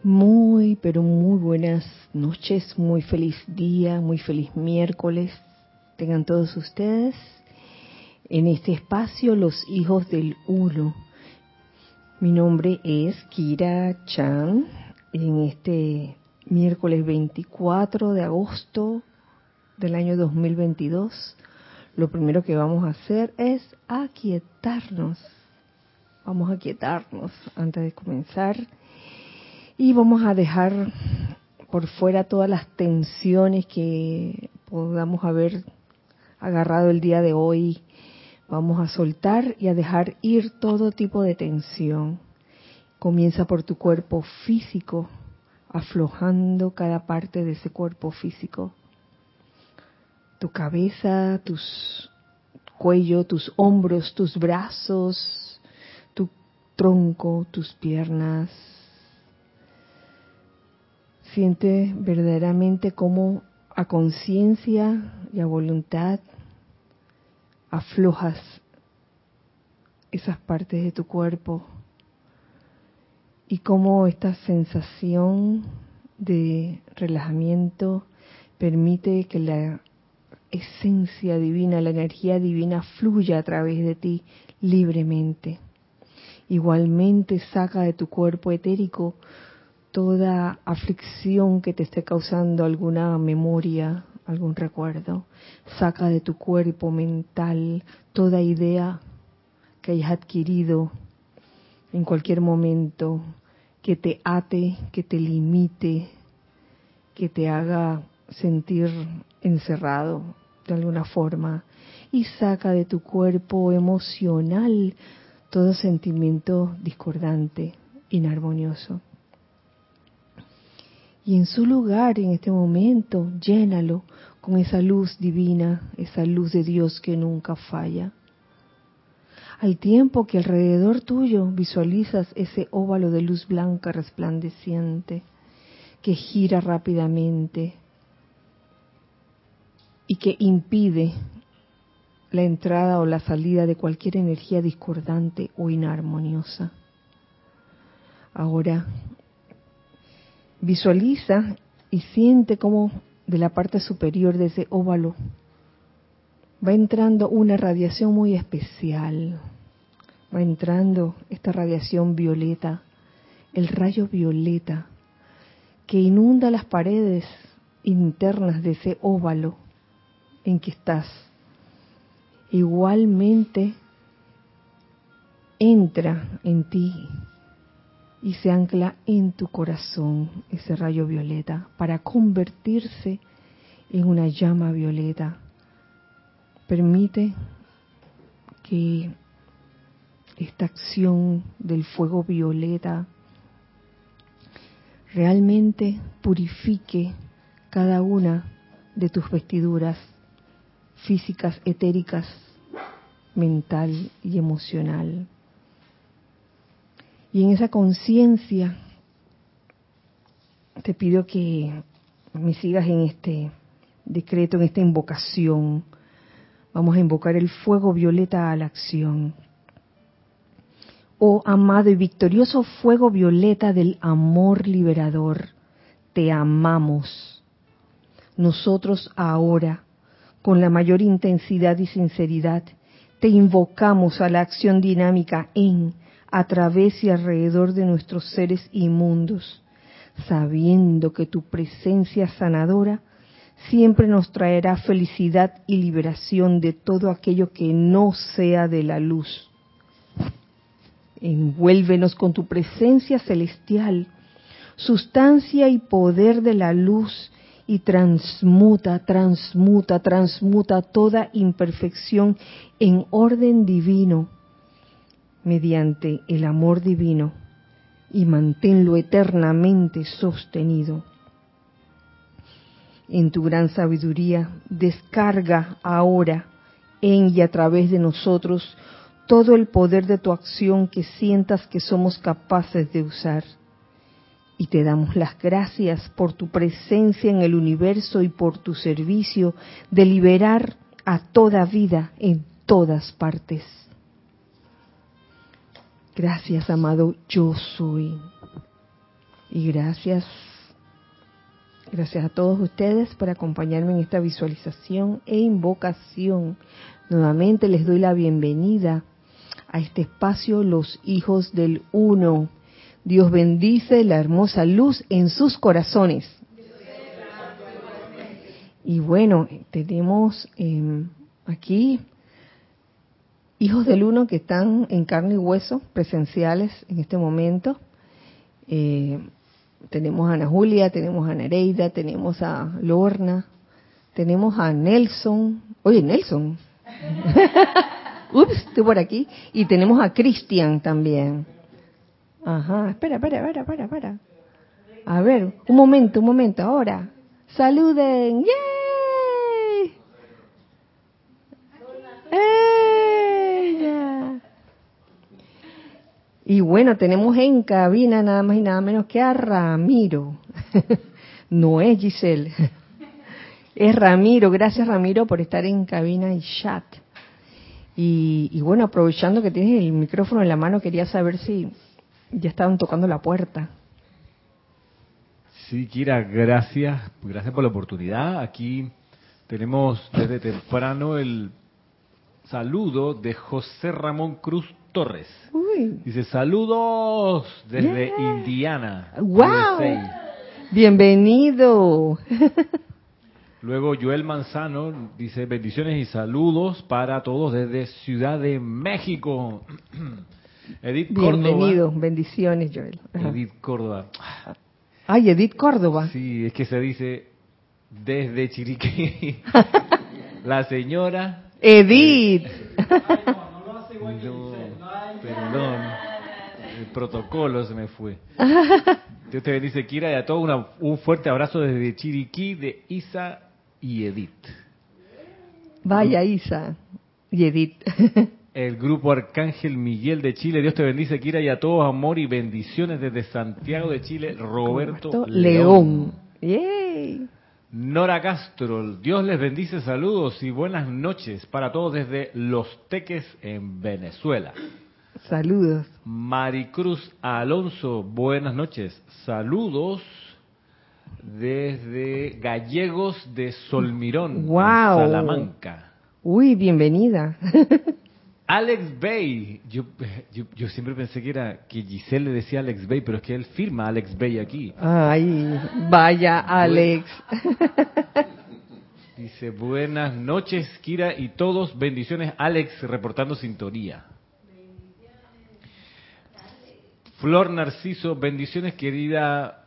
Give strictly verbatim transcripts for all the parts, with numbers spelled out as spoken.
Muy, pero muy buenas noches, muy feliz día, muy feliz miércoles. Tengan todos ustedes en este espacio Los Hijos del Uno. Mi nombre es Kira Chan. En este miércoles veinticuatro de agosto del año dos mil veintidós, lo primero que vamos a hacer es aquietarnos. Vamos a aquietarnos antes de comenzar. Y vamos a dejar por fuera todas las tensiones que podamos haber agarrado el día de hoy. Vamos a soltar y a dejar ir todo tipo de tensión. Comienza por tu cuerpo físico, aflojando cada parte de ese cuerpo físico. Tu cabeza, tus cuello, tus hombros, tus brazos, tu tronco, tus piernas. Siente verdaderamente cómo a conciencia y a voluntad aflojas esas partes de tu cuerpo y cómo esta sensación de relajamiento permite que la esencia divina, la energía divina fluya a través de ti libremente. Igualmente saca de tu cuerpo etérico toda aflicción que te esté causando alguna memoria, algún recuerdo. Saca de tu cuerpo mental toda idea que hayas adquirido en cualquier momento que te ate, que te limite, que te haga sentir encerrado de alguna forma. Y saca de tu cuerpo emocional todo sentimiento discordante, inarmonioso. Y en su lugar, en este momento, llénalo con esa luz divina, esa luz de Dios que nunca falla. Al tiempo que alrededor tuyo visualizas ese óvalo de luz blanca resplandeciente que gira rápidamente y que impide la entrada o la salida de cualquier energía discordante o inarmoniosa. Ahora, visualiza y siente cómo de la parte superior de ese óvalo va entrando una radiación muy especial. Va entrando esta radiación violeta, el rayo violeta, que inunda las paredes internas de ese óvalo en que estás. Igualmente entra en ti y se ancla en tu corazón ese rayo violeta para convertirse en una llama violeta. Permite que esta acción del fuego violeta realmente purifique cada una de tus vestiduras físicas, etéricas, mental y emocional. Y en esa conciencia te pido que me sigas en este decreto, en esta invocación. Vamos a invocar el fuego violeta a la acción. Oh amado y victorioso fuego violeta del amor liberador, te amamos. Nosotros ahora, con la mayor intensidad y sinceridad, te invocamos a la acción dinámica en, a través y alrededor de nuestros seres inmundos, sabiendo que tu presencia sanadora siempre nos traerá felicidad y liberación de todo aquello que no sea de la luz. Envuélvenos con tu presencia celestial, sustancia y poder de la luz, y transmuta, transmuta, transmuta toda imperfección en orden divino, mediante el amor divino, y manténlo eternamente sostenido. En tu gran sabiduría, descarga ahora en y a través de nosotros todo el poder de tu acción que sientas que somos capaces de usar. Y te damos las gracias por tu presencia en el universo y por tu servicio de liberar a toda vida en todas partes. Gracias, amado Yo Soy. Y gracias, gracias a todos ustedes por acompañarme en esta visualización e invocación. Nuevamente les doy la bienvenida a este espacio, los hijos del Uno. Dios bendice la hermosa luz en sus corazones. Y bueno, tenemos eh, aquí hijos del Uno que están en carne y hueso, presenciales en este momento. Eh, tenemos a Ana Julia, tenemos a Nereida, tenemos a Lorna, tenemos a Nelson. Oye, Nelson. Ups, estoy por aquí. Y tenemos a Cristian también. Ajá, espera, espera, espera, espera, espera. A ver, un momento, un momento, ahora. ¡Saluden! ¡Yay! ¡Ella! Y bueno, tenemos en cabina nada más y nada menos que a Ramiro. No es Giselle. Es Ramiro. Gracias, Ramiro, por estar en cabina y chat. Y, y bueno, aprovechando que tienes el micrófono en la mano, quería saber si ya estaban tocando la puerta. Sí, Kira, gracias. Gracias por la oportunidad. Aquí tenemos desde temprano el saludo de José Ramón Cruz Torres. Uy. Dice, saludos desde Yeah. Indiana, ¡Wow! U S A. Bienvenido. Luego Joel Manzano dice, bendiciones y saludos para todos desde Ciudad de México. Edith Bienvenido, Córdoba. bendiciones, Joel. Ajá. Edith Córdoba. Ay, Edith Córdoba. Sí, es que se dice desde Chiriquí. La señora Edith. Ay, no, no lo hace igual que no, perdón. El protocolo se me fue. Dios te bendice, Kira, y a todos una, un fuerte abrazo desde Chiriquí de Isa y Edith. Vaya, Isa y Edith. El grupo Arcángel Miguel de Chile. Dios te bendice, Kira, y a todos amor y bendiciones desde Santiago de Chile. Roberto, Roberto León. León. Yay. Nora Castro, Dios les bendice, saludos y buenas noches para todos desde Los Teques en Venezuela. Saludos. Maricruz Alonso, buenas noches, saludos desde Gallegos de Solmirón, Wow. en Salamanca. Uy, bienvenida. Alex Bay, yo, yo, yo siempre pensé que era que Giselle le decía Alex Bay, pero es que él firma Alex Bay aquí. Ay, vaya, Alex. Dice, buenas noches, Kira y todos, bendiciones, Alex, reportando sintonía. Flor Narciso, bendiciones, querida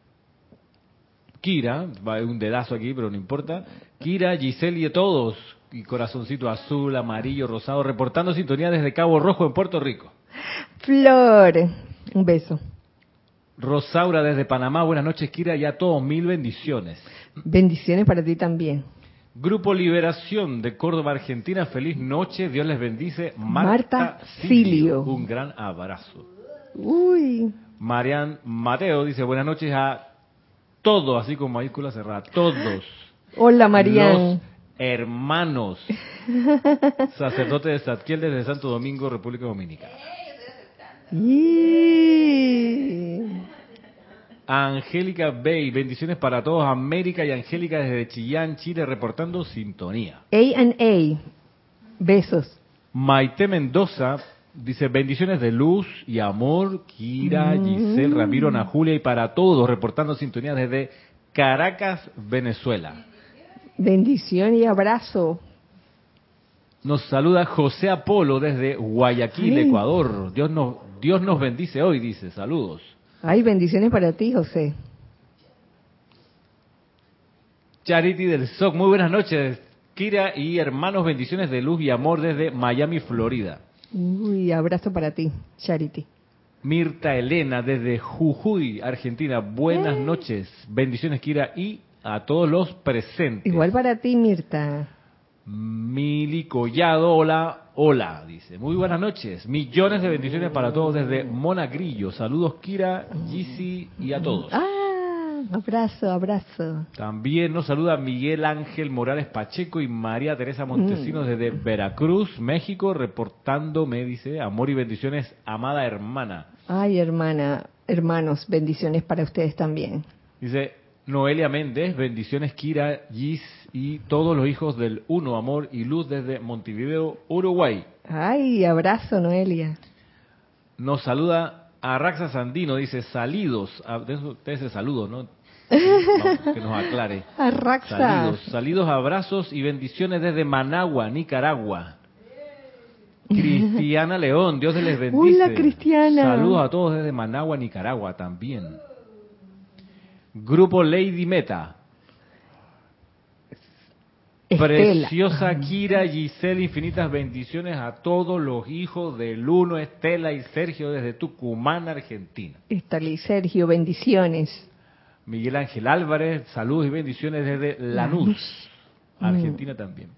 Kira, va un dedazo aquí, pero no importa. Kira, Giselle y a todos, y corazoncito azul, amarillo, rosado, reportando sintonía desde Cabo Rojo en Puerto Rico. Flor, un beso. Rosaura desde Panamá, buenas noches, Kira, y a todos, mil bendiciones. Bendiciones para ti también. Grupo Liberación de Córdoba, Argentina, feliz noche, Dios les bendice. Marta, Marta Silio, Silio. un gran abrazo. Uy. Marian Mateo dice, buenas noches a todos, así con mayúscula cerrada, todos. Hola, Marian. Los hermanos. Sacerdote de Zadkiel desde Santo Domingo, República Dominicana. Y... Angélica Bay, bendiciones para todos, América y Angélica desde Chillán, Chile, reportando sintonía. A and A, besos. Maite Mendoza dice, bendiciones de luz y amor, Kira, Mm. Giselle, Ramiro, Ana Julia y para todos, reportando sintonía desde Caracas, Venezuela. Bendición y abrazo. Nos saluda José Apolo desde Guayaquil, Ay. Ecuador. Dios nos, Dios nos bendice hoy, dice, saludos. Ay, bendiciones para ti, José. Charity del S O C, muy buenas noches, Kira y hermanos, bendiciones de luz y amor desde Miami, Florida. Uy, abrazo para ti, Charity. Mirta Elena desde Jujuy, Argentina, buenas Eh. noches, bendiciones, Kira, y a todos los presentes. Igual para ti, Mirta. Mili Collado, hola, hola, dice. Muy buenas noches. Millones de bendiciones para todos desde Monagrillo. Saludos, Kira, Gisi y a todos. Ah, abrazo, abrazo. También nos saluda Miguel Ángel Morales Pacheco y María Teresa Montesinos Mm. desde Veracruz, México, reportándome, dice, amor y bendiciones, amada hermana. Ay, hermana, hermanos, bendiciones para ustedes también. Dice Noelia Méndez, bendiciones Kira, Gis y todos los hijos del Uno, amor y luz desde Montevideo, Uruguay. Ay, abrazo, Noelia. Nos saluda Arraxa Sandino, dice salidos, de eso ustedes se saludos, ¿no? Vamos, que nos aclare. Arraxa. Salidos, salidos, abrazos y bendiciones desde Managua, Nicaragua. Cristiana León, Dios les bendice. Hola, Cristiana. Saludos a todos desde Managua, Nicaragua también. Grupo Lady Meta. Estela. Preciosa Kira, Giselle, infinitas bendiciones a todos los hijos del Uno, Estela y Sergio desde Tucumán, Argentina. Estela y Sergio, bendiciones. Miguel Ángel Álvarez, saludos y bendiciones desde Lanús, Argentina mm. también.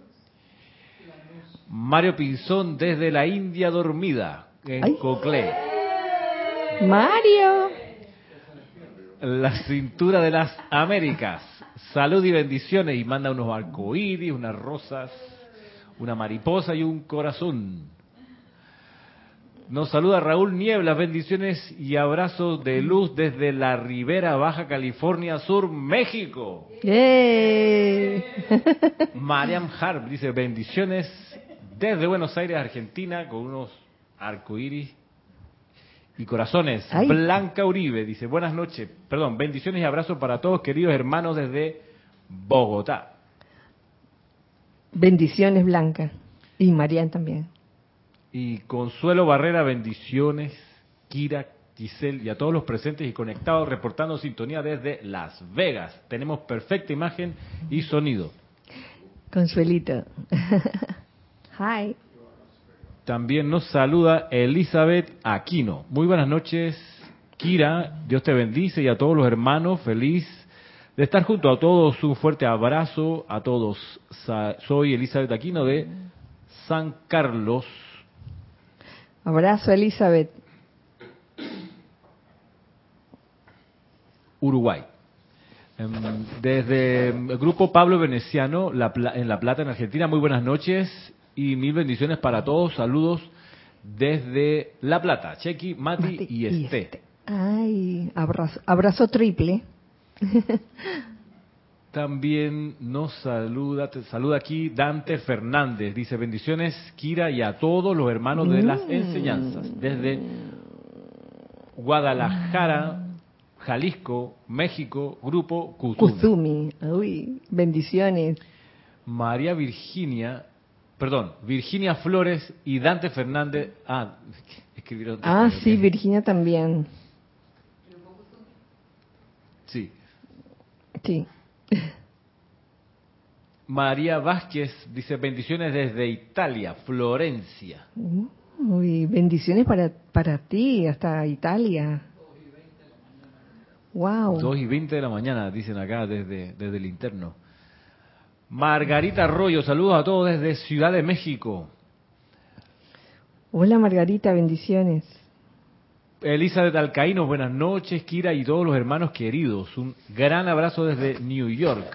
Mario Pinzón desde la India dormida, en Ay. Coclé. Mario. La cintura de las Américas. Salud y bendiciones. Y manda unos arcoíris, unas rosas, una mariposa y un corazón. Nos saluda Raúl Nieblas. Bendiciones y abrazos de luz desde la Ribera Baja California Sur, México. Yeah. Mariam Harp dice bendiciones desde Buenos Aires, Argentina, con unos arcoíris y corazones. Ay. Blanca Uribe dice, buenas noches, perdón, bendiciones y abrazos para todos, queridos hermanos desde Bogotá. Bendiciones, Blanca. Y Marian también. Y Consuelo Barrera, bendiciones, Kira, Giselle y a todos los presentes y conectados, reportando sintonía desde Las Vegas. Tenemos perfecta imagen y sonido. Consuelito. Hi. También nos saluda Elizabeth Aquino. Muy buenas noches, Kira. Dios te bendice y a todos los hermanos. Feliz de estar junto a todos. Un fuerte abrazo a todos. Soy Elizabeth Aquino de San Carlos. Abrazo, Elizabeth. Uruguay. Desde el grupo Pablo Veneciano, en La Plata, en Argentina. Muy buenas noches. Y mil bendiciones para todos. Saludos desde La Plata. Chequi, Mati, Mati y Esté. Este. Ay, abrazo, abrazo triple. También nos saluda, te saluda aquí Dante Fernández. Dice bendiciones, Kira, y a todos los hermanos de las enseñanzas. Desde Guadalajara, Jalisco, México, Grupo Kuzumi. Kuzumi. Uy, bendiciones. María Virginia... Perdón, Virginia Flores y Dante Fernández. Ah, escribieron. Ah, sí, Virginia también. Sí. Sí. María Vázquez dice bendiciones desde Italia, Florencia. Uy, bendiciones para, para ti, hasta Italia. Wow. dos y veinte de la mañana, dicen acá desde, desde el interno. Margarita Arroyo, saludos a todos desde Ciudad de México. Hola Margarita, bendiciones. Elizabeth Alcaínos, buenas noches, Kira y todos los hermanos queridos. Un gran abrazo desde New York.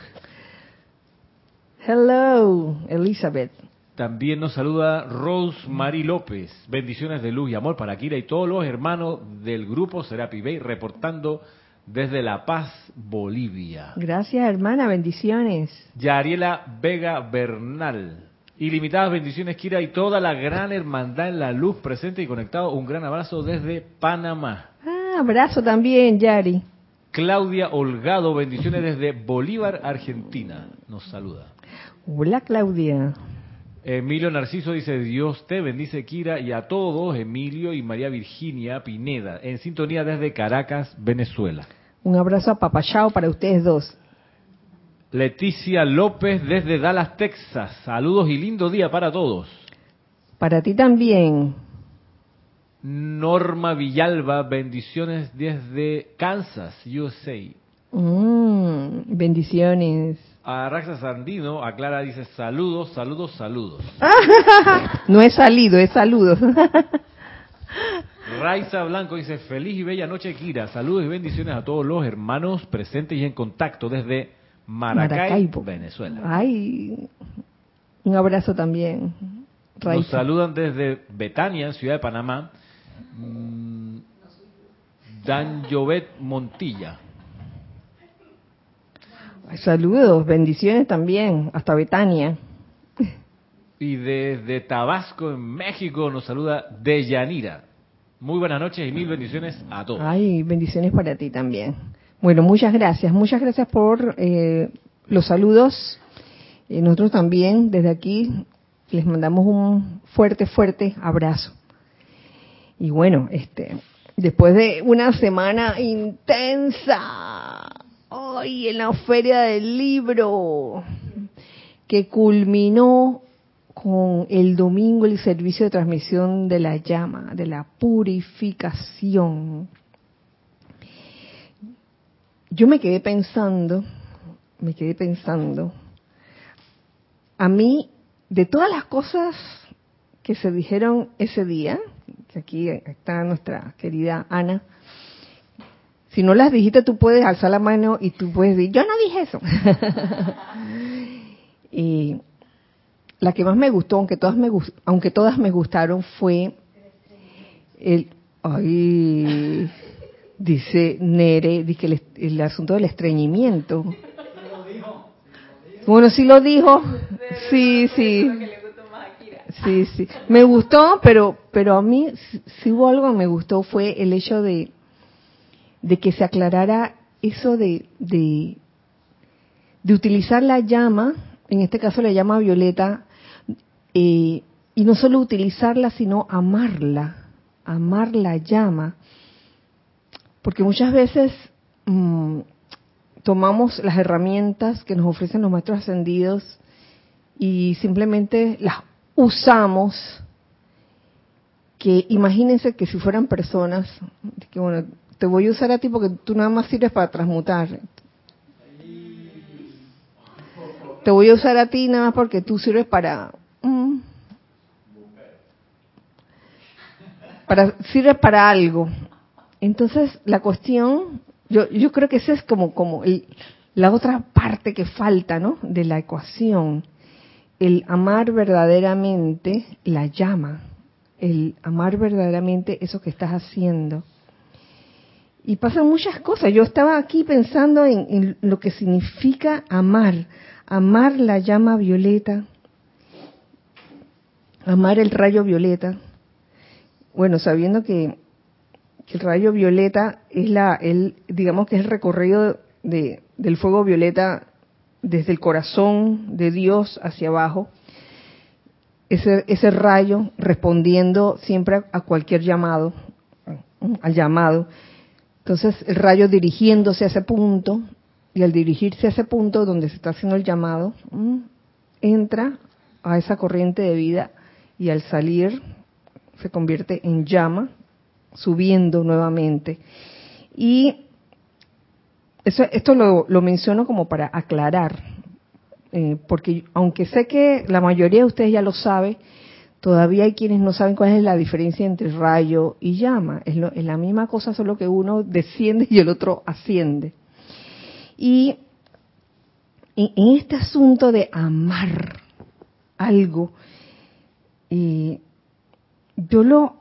Hello, Elizabeth. También nos saluda Rose Marie López. Bendiciones de luz y amor para Kira y todos los hermanos del grupo Serapi Bay, reportando desde La Paz, Bolivia. Gracias, hermana, bendiciones. Yariela Vega Bernal. Ilimitadas bendiciones, Kira, y toda la gran hermandad en la luz presente y conectado. Un gran abrazo desde Panamá. Ah, abrazo también, Yari. Claudia Holgado, bendiciones desde Bolívar, Argentina. Nos saluda. Hola, Claudia. Emilio Narciso dice, Dios te bendice, Kira, y a todos, Emilio y María Virginia Pineda, en sintonía desde Caracas, Venezuela. Un abrazo a Papachao para ustedes dos. Leticia López desde Dallas, Texas. Saludos y lindo día para todos. Para ti también. Norma Villalba, bendiciones desde Kansas, U S A. Mm, bendiciones. A Raxa Sandino aclara, dice saludos, saludos, saludos. No es salido, es saludos. Raiza Blanco dice feliz y bella noche, Kira. Saludos y bendiciones a todos los hermanos presentes y en contacto desde Maracay, Maracaibo, Venezuela. Ay, un abrazo también. Raiza. Nos saludan desde Betania, Ciudad de Panamá. Dan Jovet Montilla. Saludos, bendiciones también, hasta Betania. Y desde Tabasco, en México, nos saluda Deyanira. Muy buenas noches y mil bendiciones a todos. Ay, bendiciones para ti también. Bueno, muchas gracias, muchas gracias por eh, los saludos. Eh, nosotros también, desde aquí, les mandamos un fuerte, fuerte abrazo. Y bueno, este, después de una semana intensa, hoy en la Feria del Libro, que culminó con el domingo el servicio de transmisión de la llama, de la purificación. Yo me quedé pensando, me quedé pensando, a mí, de todas las cosas que se dijeron ese día, que aquí está nuestra querida Ana, si no las dijiste tú puedes alzar la mano y tú puedes decir, yo no dije eso. Y la que más me gustó, aunque todas me aunque todas me gustaron, fue el, ay, dice Nere, dice el, el asunto del estreñimiento. Bueno, sí lo dijo, sí, sí, sí, sí, me gustó, pero, pero a mí si hubo algo que me gustó fue el hecho de, de que se aclarara eso de, de, de utilizar la llama, en este caso la llama violeta, eh, y no solo utilizarla, sino amarla, amar la llama, porque muchas veces mmm, tomamos las herramientas que nos ofrecen los maestros ascendidos y simplemente las usamos, que imagínense que si fueran personas, que bueno, te voy a usar a ti porque tú nada más sirves para transmutar. Te voy a usar a ti nada más porque tú sirves para... Mm, para sirves para algo. Entonces, la cuestión, yo yo creo que esa es como como el, la otra parte que falta, ¿no? De la ecuación. El amar verdaderamente la llama. El amar verdaderamente eso que estás haciendo. Y pasan muchas cosas. Yo estaba aquí pensando en, en lo que significa amar. Amar la llama violeta, amar el rayo violeta. Bueno, sabiendo que, que el rayo violeta es la, el, digamos que es el recorrido de, del fuego violeta desde el corazón de Dios hacia abajo. Ese, ese rayo respondiendo siempre a, a cualquier llamado, al llamado. Entonces el rayo dirigiéndose a ese punto. Y al dirigirse a ese punto donde se está haciendo el llamado, entra a esa corriente de vida y al salir se convierte en llama, subiendo nuevamente. Y eso, esto lo, lo menciono como para aclarar, eh, porque aunque sé que la mayoría de ustedes ya lo sabe, todavía hay quienes no saben cuál es la diferencia entre rayo y llama. Es, lo, es la misma cosa, solo que uno desciende y el otro asciende. Y en este asunto de amar algo, eh, yo lo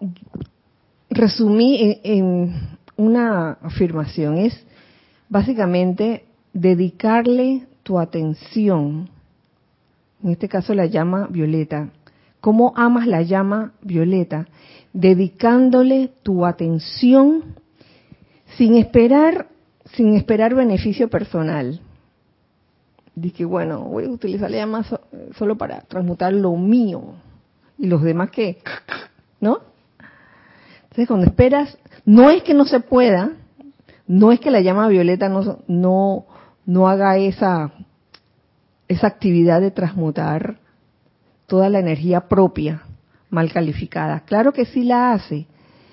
resumí en, en una afirmación, es básicamente dedicarle tu atención, en este caso la llama violeta. ¿Cómo amas la llama violeta? Dedicándole tu atención sin esperar sin esperar beneficio personal. Dije, bueno, voy a utilizar la llama so, solo para transmutar lo mío y los demás que, ¿no? Entonces, cuando esperas, no es que no se pueda, no es que la llama violeta no no no haga esa esa actividad de transmutar toda la energía propia mal calificada. Claro que sí la hace,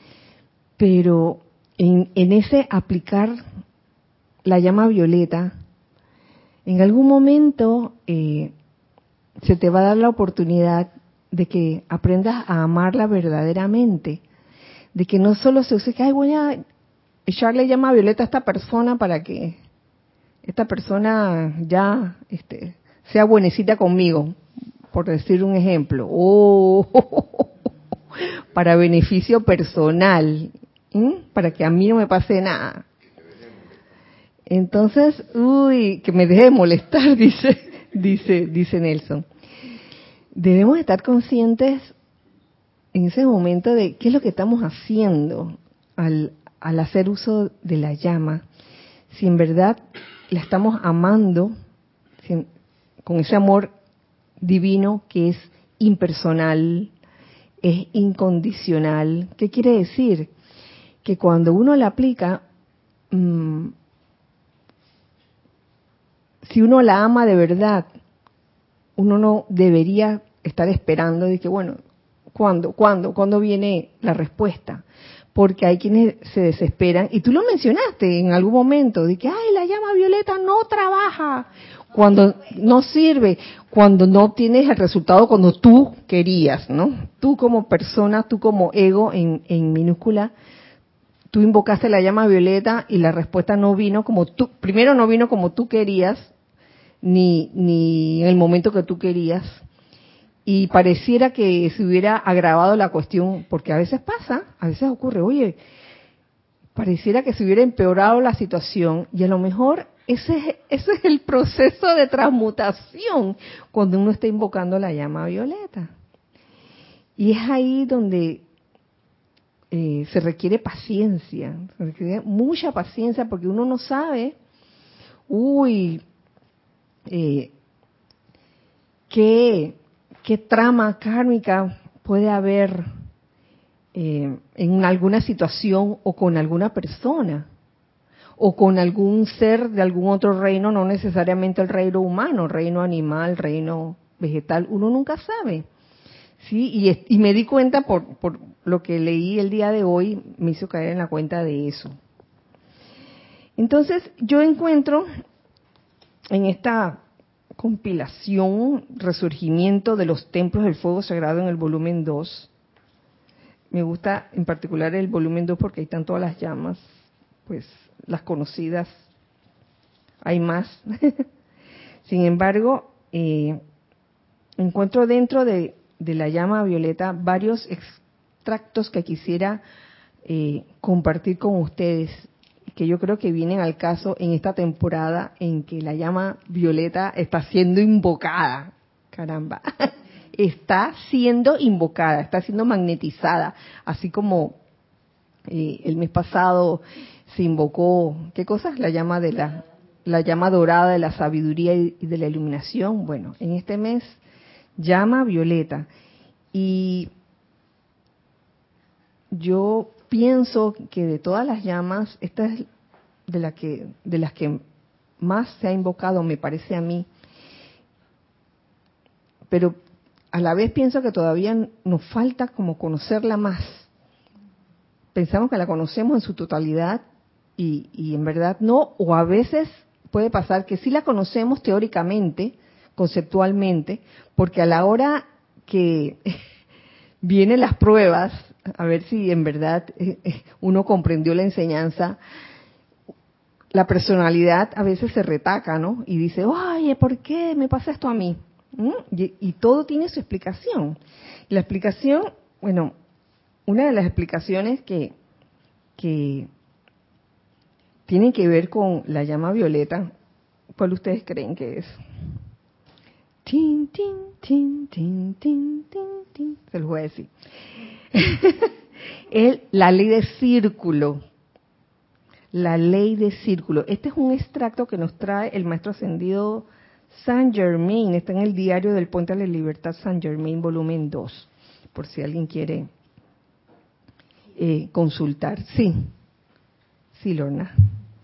pero en, en ese aplicar la llama violeta, en algún momento eh, se te va a dar la oportunidad de que aprendas a amarla verdaderamente, de que no solo se use que, ay, voy a echarle llama violeta a esta persona para que esta persona ya este, sea buenecita conmigo, por decir un ejemplo, o oh, para beneficio personal. ¿Mm? para que a mí no me pase nada. Entonces, uy, que me deje de molestar, dice, dice, dice Nelson. Debemos estar conscientes en ese momento de qué es lo que estamos haciendo al, al hacer uso de la llama. Si en verdad la estamos amando, si, con ese amor divino que es impersonal, es incondicional. ¿Qué quiere decir? Que cuando uno la aplica, mmm, si uno la ama de verdad, uno no debería estar esperando de que, bueno, ¿cuándo? ¿Cuándo? ¿Cuándo viene la respuesta? Porque hay quienes se desesperan, y tú lo mencionaste en algún momento, de que, ay, la llama violeta no trabaja, cuando no sirve, cuando no tienes el resultado cuando tú querías, ¿no? Tú como persona, tú como ego en, en minúscula, tú invocaste la llama violeta y la respuesta no vino como tú, primero no vino como tú querías, ni, ni en el momento que tú querías, y pareciera que se hubiera agravado la cuestión, porque a veces pasa, a veces ocurre, oye, pareciera que se hubiera empeorado la situación, y a lo mejor ese es, ese es el proceso de transmutación cuando uno está invocando la llama violeta. Y es ahí donde eh, se requiere paciencia, se requiere mucha paciencia, porque uno no sabe, uy, eh, qué, qué trama kármica puede haber eh, en alguna situación o con alguna persona o con algún ser de algún otro reino, no necesariamente el reino humano, reino animal, reino vegetal, uno nunca sabe. Sí, y, y me di cuenta por, por lo que leí el día de hoy, me hizo caer en la cuenta de eso. Entonces, yo encuentro en esta compilación, resurgimiento de los templos del fuego sagrado en el volumen dos, me gusta en particular el volumen dos porque ahí están todas las llamas, pues las conocidas, hay más. Sin embargo, eh, encuentro dentro de, de la llama violeta varios extractos que quisiera eh, compartir con ustedes, que yo creo que vienen al caso en esta temporada en que la llama violeta está siendo invocada. Caramba, está siendo invocada, está siendo magnetizada, así como eh, el mes pasado se invocó, ¿qué cosa? La llama de la, la llama dorada de la sabiduría y de la iluminación. Bueno, en este mes llama violeta, y yo pienso que de todas las llamas, esta es de la que de las que más se ha invocado, me parece a mí, pero a la vez pienso que todavía nos falta como conocerla más. Pensamos que la conocemos en su totalidad y, y en verdad no, o a veces puede pasar que sí la conocemos teóricamente, conceptualmente, porque a la hora que vienen las pruebas, a ver si en verdad uno comprendió la enseñanza, la personalidad a veces se retaca, ¿no? Y dice, oye, ¿por qué me pasa esto a mí? ¿Mm? Y, y todo tiene su explicación. Y la explicación, bueno, una de las explicaciones que, que tienen que ver con la llama violeta, ¿cuál ustedes creen que es? Tin, tin, tin, tin, tin, tin, tin. Se los voy a decir. Es la ley de círculo. La ley de círculo. Este es un extracto que nos trae el maestro ascendido Saint Germain. Está en el diario del Puente a la Libertad Saint Germain, volumen dos. Por si alguien quiere eh, consultar. Sí. Sí, Lorna.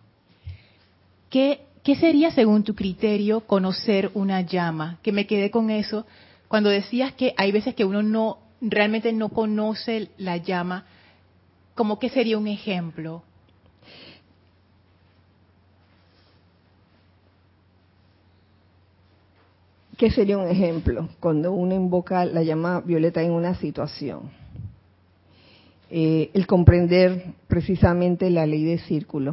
¿Qué, ¿Qué sería, según tu criterio, conocer una llama? Que me quedé con eso. Cuando decías que hay veces que uno no realmente no conoce la llama, ¿cómo que sería un ejemplo? ¿Qué sería un ejemplo cuando uno invoca la llama violeta en una situación? Eh, el comprender precisamente la ley de círculo.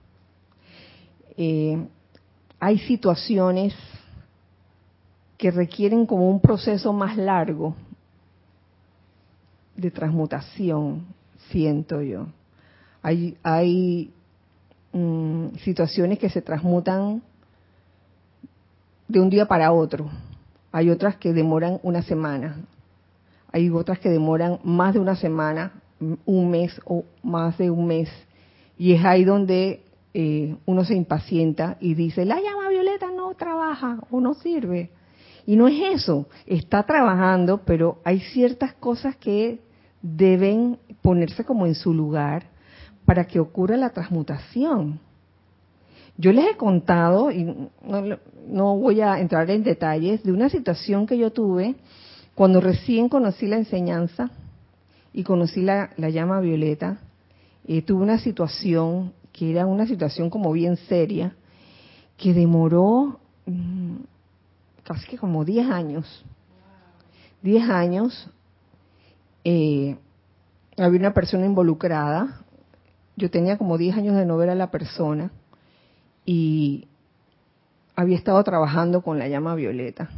Eh, hay situaciones que requieren como un proceso más largo de transmutación, siento yo. Hay, hay mm, situaciones que se transmutan de un día para otro. Hay otras que demoran una semana. Hay otras que demoran más de una semana, un mes o más de un mes. Y es ahí donde eh, uno se impacienta y dice, la llama violeta no trabaja o no sirve. Y no es eso, está trabajando, pero hay ciertas cosas que deben ponerse como en su lugar para que ocurra la transmutación. Yo les he contado, y no, no voy a entrar en detalles, de una situación que yo tuve cuando recién conocí la enseñanza y conocí la, la llama violeta. Eh, tuve una situación que era una situación como bien seria, que demoró mmm, casi que como diez años. diez años, eh, había una persona involucrada. Yo tenía como diez años de no ver a la persona y había estado trabajando con la llama violeta.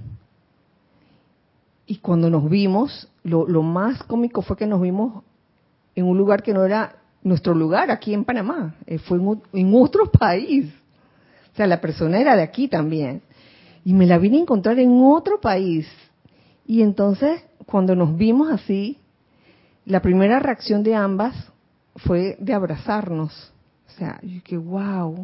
Y cuando nos vimos, lo, lo más cómico fue que nos vimos en un lugar que no era nuestro lugar, aquí en Panamá. Eh, fue en, en otro país. O sea, la persona era de aquí también. Y me la vine a encontrar en otro país. Y entonces, cuando nos vimos así, la primera reacción de ambas fue de abrazarnos. O sea, yo que wow,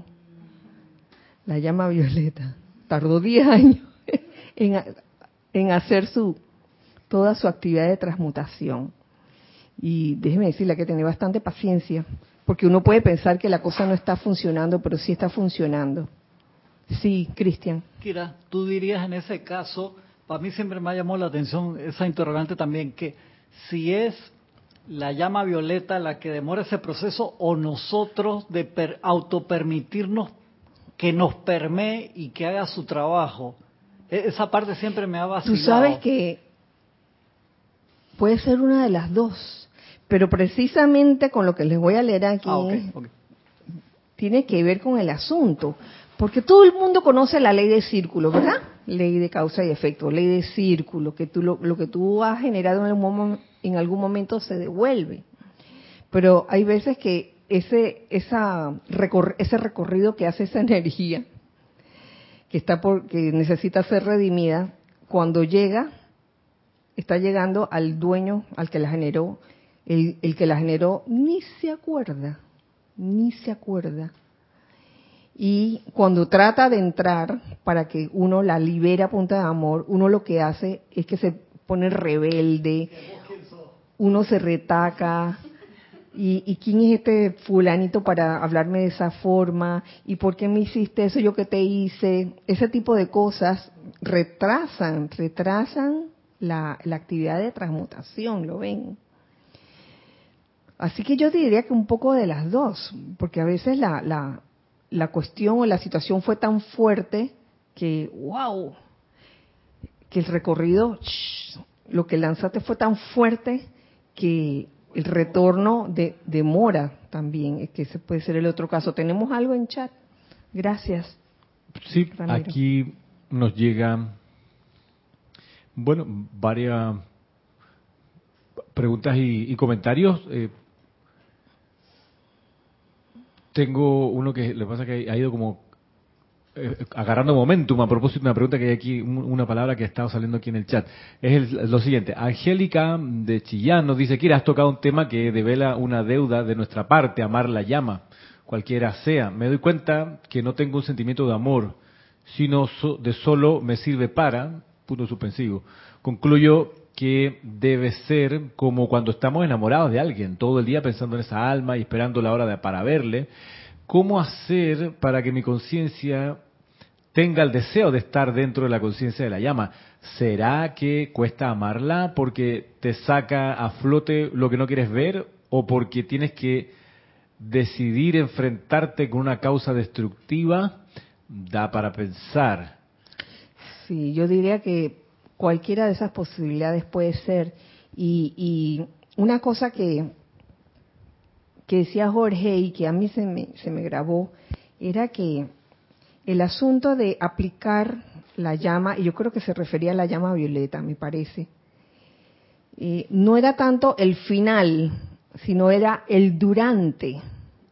la llama violeta. Tardó diez años en, en hacer su toda su actividad de transmutación. Y déjeme decirle que tenía bastante paciencia, porque uno puede pensar que la cosa no está funcionando, pero sí está funcionando. Sí, Cristian. Kira, tú dirías en ese caso, para mí siempre me ha llamado la atención esa interrogante también, que si es la llama violeta la que demora ese proceso o nosotros de per, autopermitirnos que nos permee y que haga su trabajo. Esa parte siempre me ha vacilado. Tú sabes que puede ser una de las dos, pero precisamente con lo que les voy a leer aquí, ah, okay, okay. tiene que ver con el asunto. Porque todo el mundo conoce la ley de círculo, ¿verdad? Ley de causa y efecto, ley de círculo, que tú lo, lo que tú has generado en algún, en algún momento se devuelve. Pero hay veces que ese esa recor, ese recorrido que hace esa energía, que está por, que necesita ser redimida, cuando llega, está llegando al dueño, al que la generó, el, el que la generó ni se acuerda, ni se acuerda. Y cuando trata de entrar para que uno la libere a punta de amor, uno lo que hace es que se pone rebelde, uno se retaca, y, y quién es este fulanito para hablarme de esa forma, y por qué me hiciste eso, yo que te hice, ese tipo de cosas retrasan, retrasan la, la actividad de transmutación, ¿lo ven? Así que yo diría que un poco de las dos, porque a veces la, la la cuestión o la situación fue tan fuerte que, wow, que el recorrido, shh, lo que lanzaste fue tan fuerte que el retorno de, demora también, que ese puede ser el otro caso. ¿Tenemos algo en chat? Gracias. Sí, Ramiro. Aquí nos llegan, bueno, varias preguntas y, y comentarios. Eh, Tengo uno que le pasa que ha ido como eh, agarrando momentum a propósito de una pregunta que hay aquí, una palabra que ha estado saliendo aquí en el chat. Es el, lo siguiente, Angélica de Chillán nos dice, Kira, has tocado un tema que devela una deuda de nuestra parte, amar la llama, cualquiera sea. Me doy cuenta que no tengo un sentimiento de amor, sino so, de solo me sirve para, punto suspensivo. Concluyo que debe ser como cuando estamos enamorados de alguien, todo el día pensando en esa alma y esperando la hora de, para verle. ¿Cómo hacer para que mi conciencia tenga el deseo de estar dentro de la conciencia de la llama? ¿Será que cuesta amarla porque te saca a flote lo que no quieres ver o porque tienes que decidir enfrentarte con una causa destructiva? Da para pensar. Sí, yo diría que cualquiera de esas posibilidades puede ser. Y, y una cosa que, que decía Jorge y que a mí se me, se me grabó, era que el asunto de aplicar la llama, y yo creo que se refería a la llama violeta, me parece, eh, no era tanto el final, sino era el durante,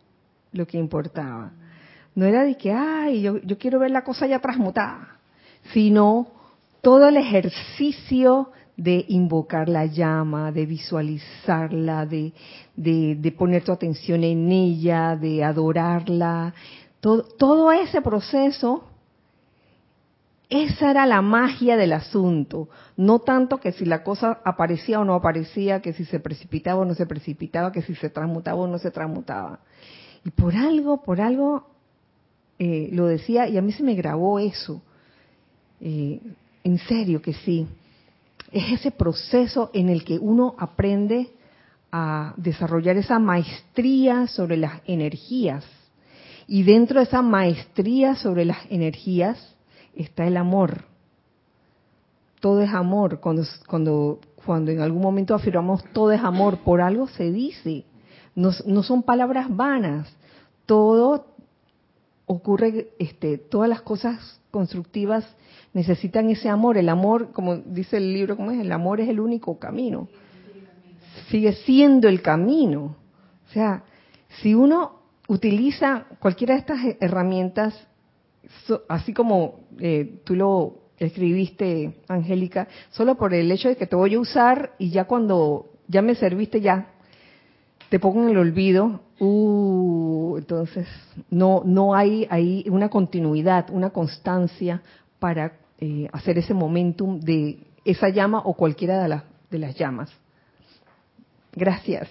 lo que importaba. No era de que, ay, yo, yo quiero ver la cosa ya transmutada, sino todo el ejercicio de invocar la llama, de visualizarla, de, de, de poner tu atención en ella, de adorarla. Todo, todo ese proceso, esa era la magia del asunto. No tanto que si la cosa aparecía o no aparecía, que si se precipitaba o no se precipitaba, que si se transmutaba o no se transmutaba. Y por algo, por algo, eh, lo decía, y a mí se me grabó eso. Eh, en serio que sí. Es ese proceso en el que uno aprende a desarrollar esa maestría sobre las energías. Y dentro de esa maestría sobre las energías está el amor. Todo es amor. Cuando, cuando, cuando en algún momento afirmamos todo es amor, por algo se dice. No, no son palabras vanas. Todo ocurre, este, todas las cosas constructivas necesitan ese amor. El amor, como dice el libro, ¿cómo es? El amor es el único camino. Sigue siendo el camino. O sea, si uno utiliza cualquiera de estas herramientas, así como eh, tú lo escribiste, Angélica, solo por el hecho de que te voy a usar y ya cuando ya me serviste, ya te pongo en el olvido, uh, entonces no no hay ahí una continuidad, una constancia para eh, hacer ese momentum de esa llama o cualquiera de las de las llamas. Gracias.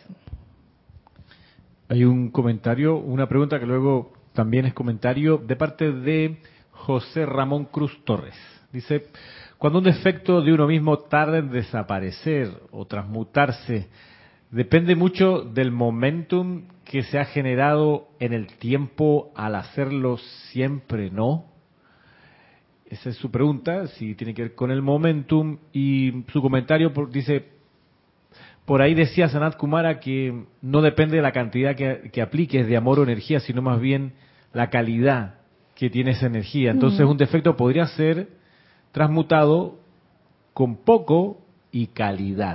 Hay un comentario, una pregunta que luego también es comentario de parte de José Ramón Cruz Torres. Dice, cuando un defecto de uno mismo tarda en desaparecer o transmutarse, depende mucho del momentum que se ha generado en el tiempo al hacerlo siempre, ¿no? Esa es su pregunta, si tiene que ver con el momentum. Y su comentario por, dice, por ahí decía Sanat Kumara que no depende de la cantidad que, que apliques de amor o energía, sino más bien la calidad que tiene esa energía. Entonces un defecto podría ser transmutado con poco y calidad.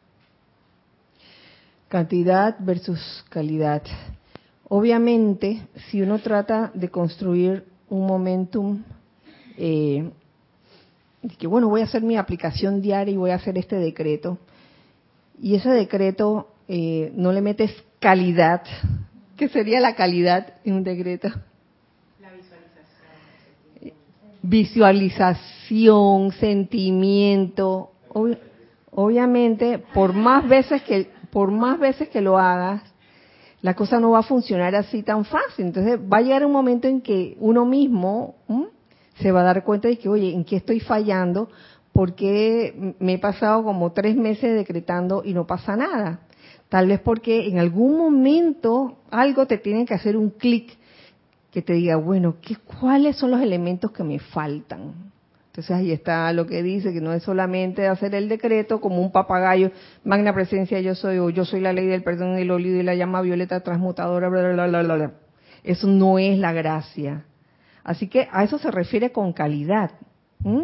Cantidad versus calidad. Obviamente, si uno trata de construir un momentum, eh, de que bueno, voy a hacer mi aplicación diaria y voy a hacer este decreto, y ese decreto eh, no le metes calidad, ¿qué sería la calidad en un decreto? La visualización. Visualización, sentimiento. Ob- obviamente, por más veces que por más veces que lo hagas, la cosa no va a funcionar así tan fácil. Entonces va a llegar un momento en que uno mismo ¿m? se va a dar cuenta de que, oye, ¿en qué estoy fallando? Porque me he pasado como tres meses decretando y no pasa nada. Tal vez porque en algún momento algo te tiene que hacer un clic que te diga, bueno, ¿qué, ¿cuáles son los elementos que me faltan? Entonces ahí está lo que dice, que no es solamente hacer el decreto como un papagayo, magna presencia yo soy, o yo soy la ley del perdón, el olvido y la llama violeta transmutadora, bla, bla, bla, bla, bla. Eso no es la gracia. Así que a eso se refiere con calidad. ¿Mm?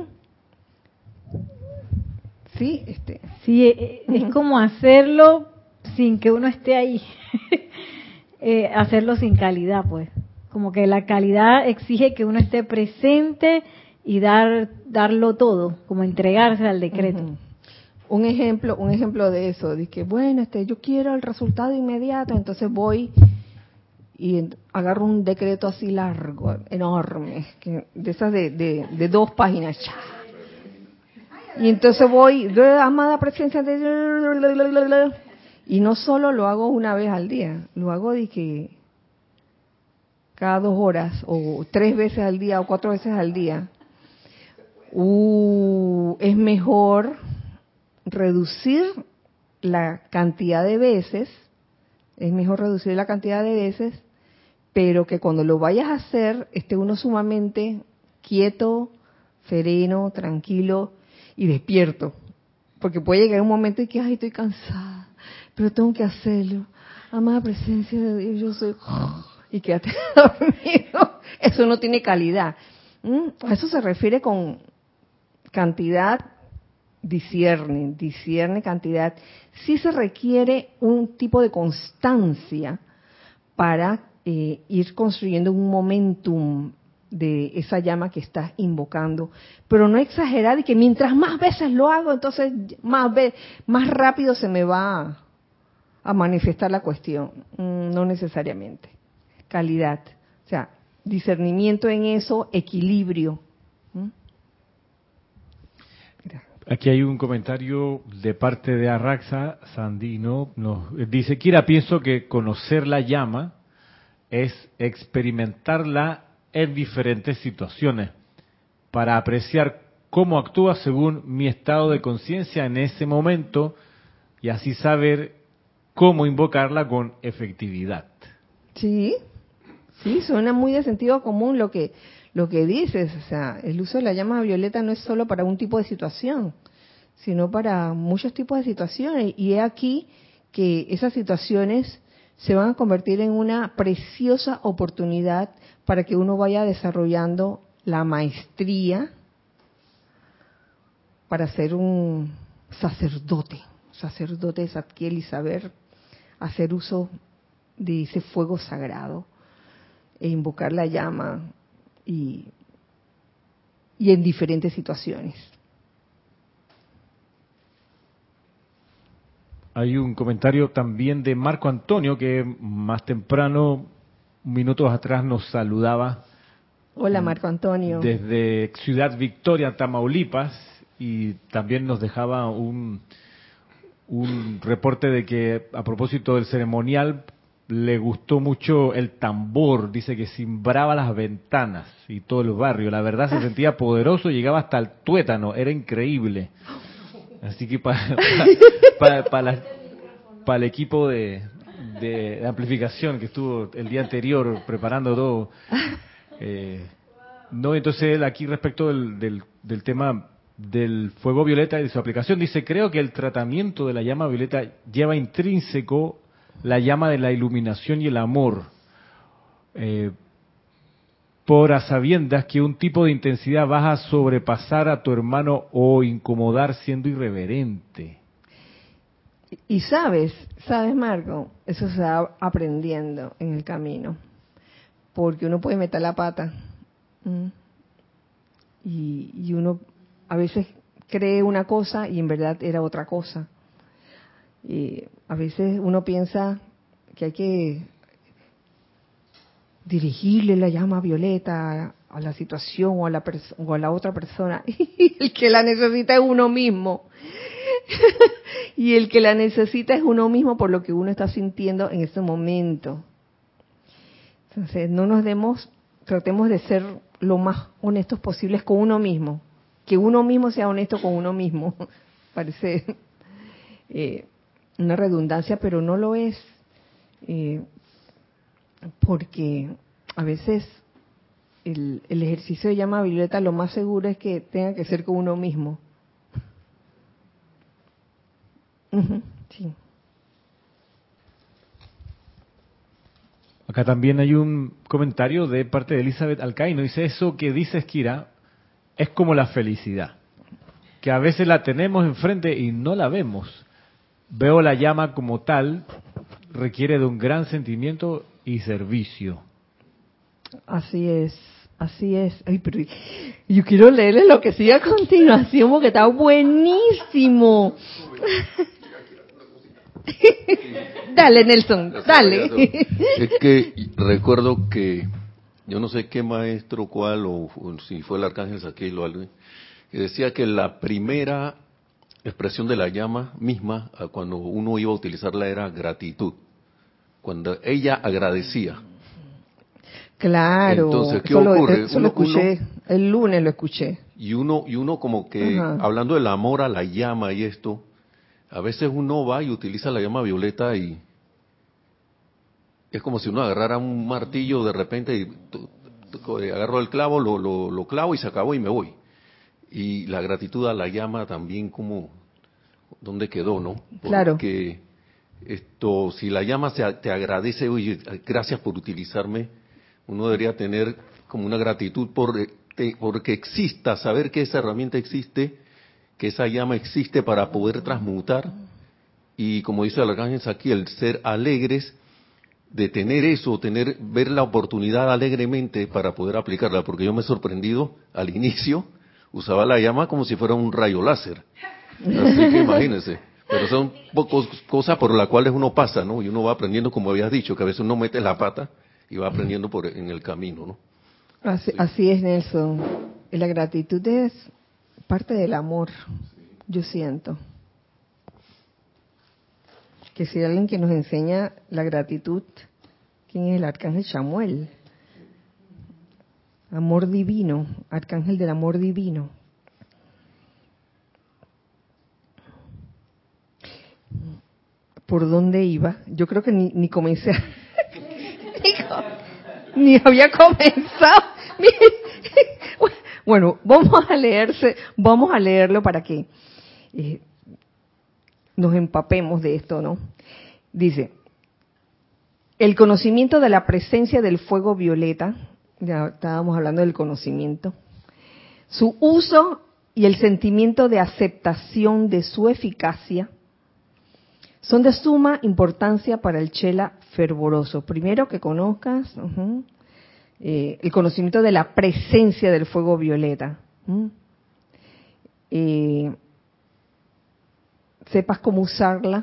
Sí, este. Sí, eh, es como hacerlo sin que uno esté ahí. eh, hacerlo sin calidad, pues. Como que la calidad exige que uno esté presente y dar darlo todo, como entregarse al decreto. Uh-huh. Un ejemplo, un ejemplo de eso, de que bueno, este, yo quiero el resultado inmediato, entonces voy y agarro un decreto así largo, enorme, que de esas de, de, de dos páginas. Y entonces voy, amada presencia de... Y no solo lo hago una vez al día, lo hago de que cada dos horas, o tres veces al día, o cuatro veces al día. Uh, es mejor reducir la cantidad de veces, es mejor reducir la cantidad de veces, pero que cuando lo vayas a hacer esté uno sumamente quieto, sereno, tranquilo y despierto, porque puede llegar un momento en que ay, estoy cansada, pero tengo que hacerlo. Amada presencia de Dios, yo soy y quédate dormido. Eso no tiene calidad. ¿Mm? A eso se refiere con cantidad, discierne, discierne cantidad. Sí se requiere un tipo de constancia para eh, ir construyendo un momentum de esa llama que estás invocando, pero no exagerar y que mientras más veces lo hago, entonces más ve más rápido se me va a, a manifestar la cuestión. Mm, no necesariamente. Calidad, o sea, discernimiento en eso, equilibrio. ¿Mm? Aquí hay un comentario de parte de Arraxa Sandino. Nos dice, Kira, pienso que conocer la llama es experimentarla en diferentes situaciones para apreciar cómo actúa según mi estado de conciencia en ese momento y así saber cómo invocarla con efectividad. Sí, sí, suena muy de sentido común lo que lo que dices, o sea, el uso de la llama violeta no es solo para un tipo de situación, sino para muchos tipos de situaciones. Y he aquí que esas situaciones se van a convertir en una preciosa oportunidad para que uno vaya desarrollando la maestría para ser un sacerdote, sacerdote de Zadkiel y saber hacer uso de ese fuego sagrado e invocar la llama y, y en diferentes situaciones. Hay un comentario también de Marco Antonio que más temprano, minutos atrás, nos saludaba. Hola Marco Antonio. Desde Ciudad Victoria, Tamaulipas, y también nos dejaba un, un reporte de que a propósito del ceremonial le gustó mucho el tambor, dice que cimbraba las ventanas y todo el barrio, la verdad se sentía poderoso, llegaba hasta el tuétano, era increíble. Así que para para pa, pa pa el equipo de, de amplificación que estuvo el día anterior preparando todo, eh, no, entonces él aquí respecto del, del, del tema del fuego violeta y de su aplicación, dice, creo que el tratamiento de la llama violeta lleva intrínseco la llama de la iluminación y el amor, eh, por a sabiendas que un tipo de intensidad vas a sobrepasar a tu hermano o incomodar siendo irreverente. Y sabes, sabes Marco, eso se va aprendiendo en el camino, porque uno puede meter la pata ¿Mm? y, y uno a veces cree una cosa y en verdad era otra cosa. Y a veces uno piensa que hay que dirigirle la llama violeta a la situación o a la, o a la otra persona. Y el que la necesita es uno mismo. Y el que la necesita es uno mismo por lo que uno está sintiendo en ese momento. Entonces, no nos demos, tratemos de ser lo más honestos posibles con uno mismo. Que uno mismo sea honesto con uno mismo. Parece eh, una redundancia, pero no lo es. Eh, porque a veces el, el ejercicio de llama violeta lo más seguro es que tenga que ser con uno mismo. Uh-huh, sí. Acá también hay un comentario de parte de Elizabeth Alcaíno, dice, eso que dices, Kira, es como la felicidad, que a veces la tenemos enfrente y no la vemos. Veo la llama como tal, requiere de un gran sentimiento y servicio. Así es, así es. Ay, pero yo quiero leerle lo que sigue a continuación porque está buenísimo. Dale, Nelson, dale. Es que recuerdo que, yo no sé qué maestro, cuál, o, o si fue el arcángel Zadkiel o algo, que decía que la primera expresión de la llama misma, cuando uno iba a utilizarla, era gratitud. Cuando ella agradecía. Claro. Entonces, ¿qué eso ocurre? Lo, eso uno, lo escuché, uno, el lunes lo escuché. Y uno, y uno como que, Ajá. hablando del amor a la llama y esto, a veces uno va y utiliza la llama violeta y es como si uno agarrara un martillo de repente y agarro el clavo, lo, lo, lo clavo y se acabó y me voy. Y la gratitud a la llama también como, ¿dónde quedó, no? Porque claro. esto, si la llama se, te agradece, oye, gracias por utilizarme, uno debería tener como una gratitud por, te, porque exista, saber que esa herramienta existe, que esa llama existe para poder transmutar y como dice el arcángel aquí, el ser alegres de tener eso, tener, ver la oportunidad alegremente para poder aplicarla, porque yo me he sorprendido al inicio, usaba la llama como si fuera un rayo láser. Así que imagínense. Pero son pocos cosas por las cuales uno pasa, ¿no? Y uno va aprendiendo, como habías dicho, que a veces uno mete la pata y va aprendiendo por en el camino, ¿no? Así, Sí. así es, Nelson. La gratitud es parte del amor, yo siento. Que si hay alguien que nos enseña la gratitud, ¿quién es el arcángel Chamuel? Amor divino, arcángel del amor divino. ¿Por dónde iba? Yo creo que ni, ni comencé, a, ni, ni había comenzado. Bueno, vamos a leerse, vamos a leerlo para que eh, nos empapemos de esto, ¿no? Dice, el conocimiento de la presencia del fuego violeta, ya estábamos hablando del conocimiento, su uso y el sentimiento de aceptación de su eficacia son de suma importancia para el chela fervoroso. Primero que conozcas uh-huh, eh, el conocimiento de la presencia del fuego violeta. Uh-huh. Eh, sepas cómo usarla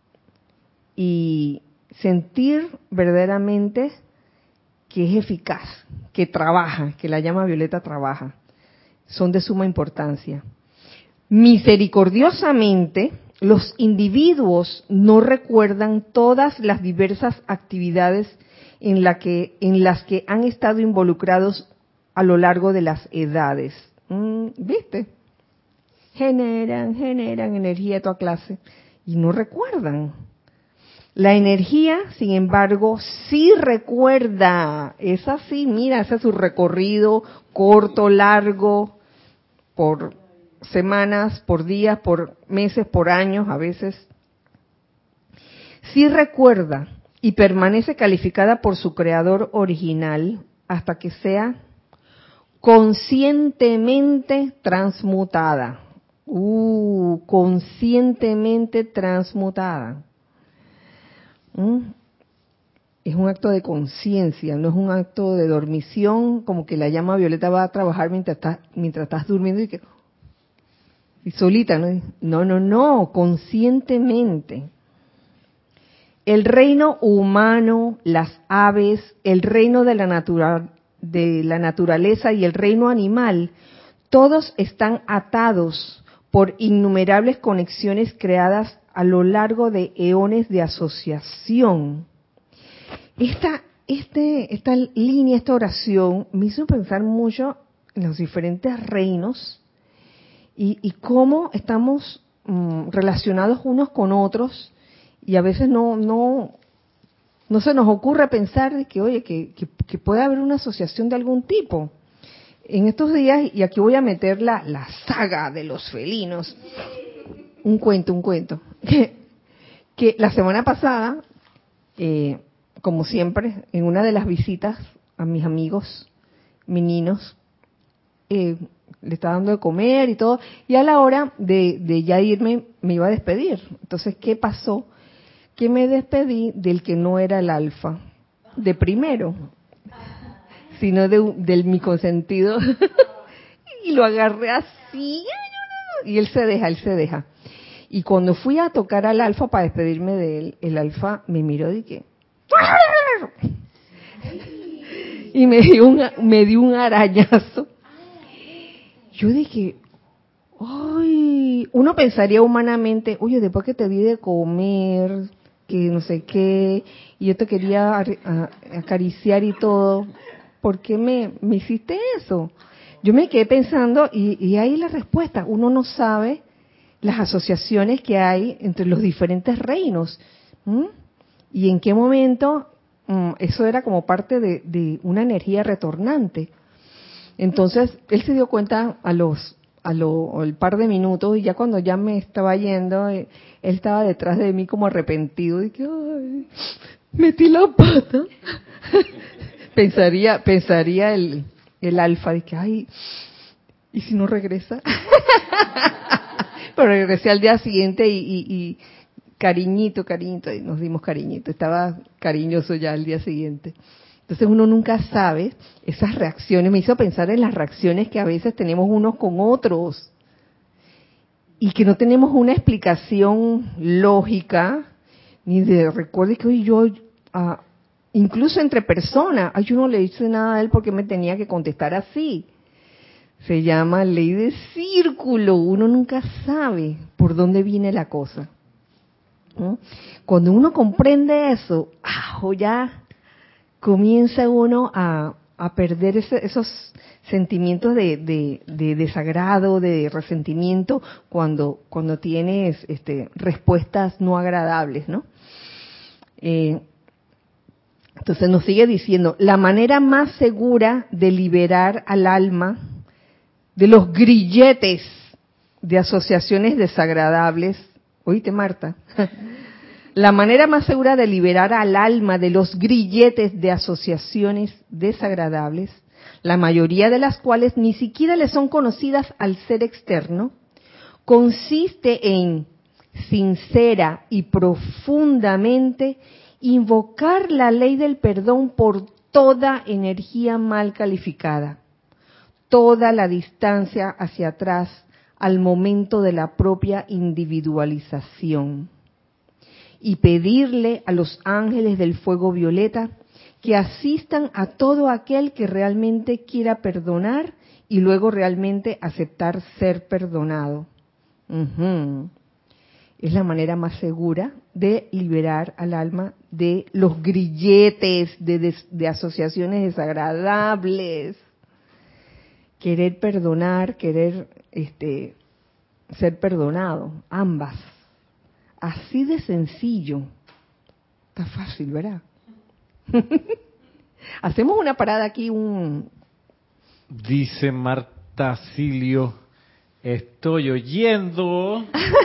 y sentir verdaderamente que es eficaz, que trabaja, que la llama violeta trabaja. Son de suma importancia. Misericordiosamente, los individuos no recuerdan todas las diversas actividades en, la que, en las que han estado involucrados a lo largo de las edades. Mm, ¿Viste? Generan, generan energía a toda clase y no recuerdan. La energía, sin embargo, sí recuerda. Es así, mira, ese es su recorrido corto, largo, por semanas, por días, por meses, por años, a veces. Sí recuerda y permanece calificada por su creador original hasta que sea conscientemente transmutada. Uh, conscientemente transmutada. ¿Mm? Es un acto de conciencia, no es un acto de dormición, como que la llama violeta va a trabajar mientras estás, mientras estás durmiendo y que y solita, ¿no? No, no, no, conscientemente. El reino humano, las aves, el reino de la natura, de la naturaleza y el reino animal, todos están atados por innumerables conexiones creadas a lo largo de eones de asociación. Esta, este, esta línea, esta oración, me hizo pensar mucho en los diferentes reinos y, y cómo estamos mm, relacionados unos con otros, y a veces no, no, no se nos ocurre pensar de que, oye, que, que, que puede haber una asociación de algún tipo. En estos días, y aquí voy a meter la, la saga de los felinos, un cuento, un cuento, que, que la semana pasada, eh, como siempre, en una de las visitas a mis amigos meninos, eh, le estaba dando de comer y todo, y a la hora de, de ya irme me iba a despedir. Entonces, ¿qué pasó? Que me despedí del que no era el alfa, de primero, sino de, del mi consentido, y lo agarré así, y él se deja, él se deja. Y cuando fui a tocar al alfa para despedirme de él, el alfa me miró y que y me dio un, me dio un arañazo. Yo dije, ay, uno pensaría humanamente, oye, después que te di de comer, que no sé qué, y yo te quería acariciar y todo, ¿por qué me, me hiciste eso? Yo me quedé pensando, y, y ahí la respuesta, uno no sabe las asociaciones que hay entre los diferentes reinos. ¿Mm? Y en qué momento mm, eso era como parte de, de una energía retornante. Entonces, él se dio cuenta a los a lo, al par de minutos, y ya cuando ya me estaba yendo, él estaba detrás de mí como arrepentido, y que, ay, metí la pata. pensaría pensaría el, el alfa, de que, ay, ¿y si no regresa? Pero regresé al día siguiente y, y, y cariñito, cariñito, y nos dimos cariñito. Estaba cariñoso ya al día siguiente. Entonces uno nunca sabe esas reacciones. Me hizo pensar en las reacciones que a veces tenemos unos con otros y que no tenemos una explicación lógica, ni de, recuerde que hoy yo, ah, incluso entre personas, ay, yo no le hice nada a él porque me tenía que contestar así. Se llama ley de círculo. Uno nunca sabe por dónde viene la cosa. ¿no? Cuando uno comprende eso, ah, ya comienza uno a, a perder ese, esos sentimientos de, de, de desagrado, de resentimiento, cuando, cuando tienes este, respuestas no agradables, ¿no? Eh, entonces nos sigue diciendo, la manera más segura de liberar al alma de los grilletes de asociaciones desagradables, oíste Marta, la manera más segura de liberar al alma de los grilletes de asociaciones desagradables, la mayoría de las cuales ni siquiera le son conocidas al ser externo, consiste en sincera y profundamente invocar la ley del perdón por toda energía mal calificada, toda la distancia hacia atrás al momento de la propia individualización, y pedirle a los ángeles del fuego violeta que asistan a todo aquel que realmente quiera perdonar y luego realmente aceptar ser perdonado. Uh-huh. Es la manera más segura de liberar al alma de los grilletes de, de, de asociaciones desagradables. Querer perdonar, querer este, ser perdonado, ambas. Así de sencillo. Está fácil, ¿verdad? Hacemos una parada aquí, un... Dice Marta Silio, estoy oyendo.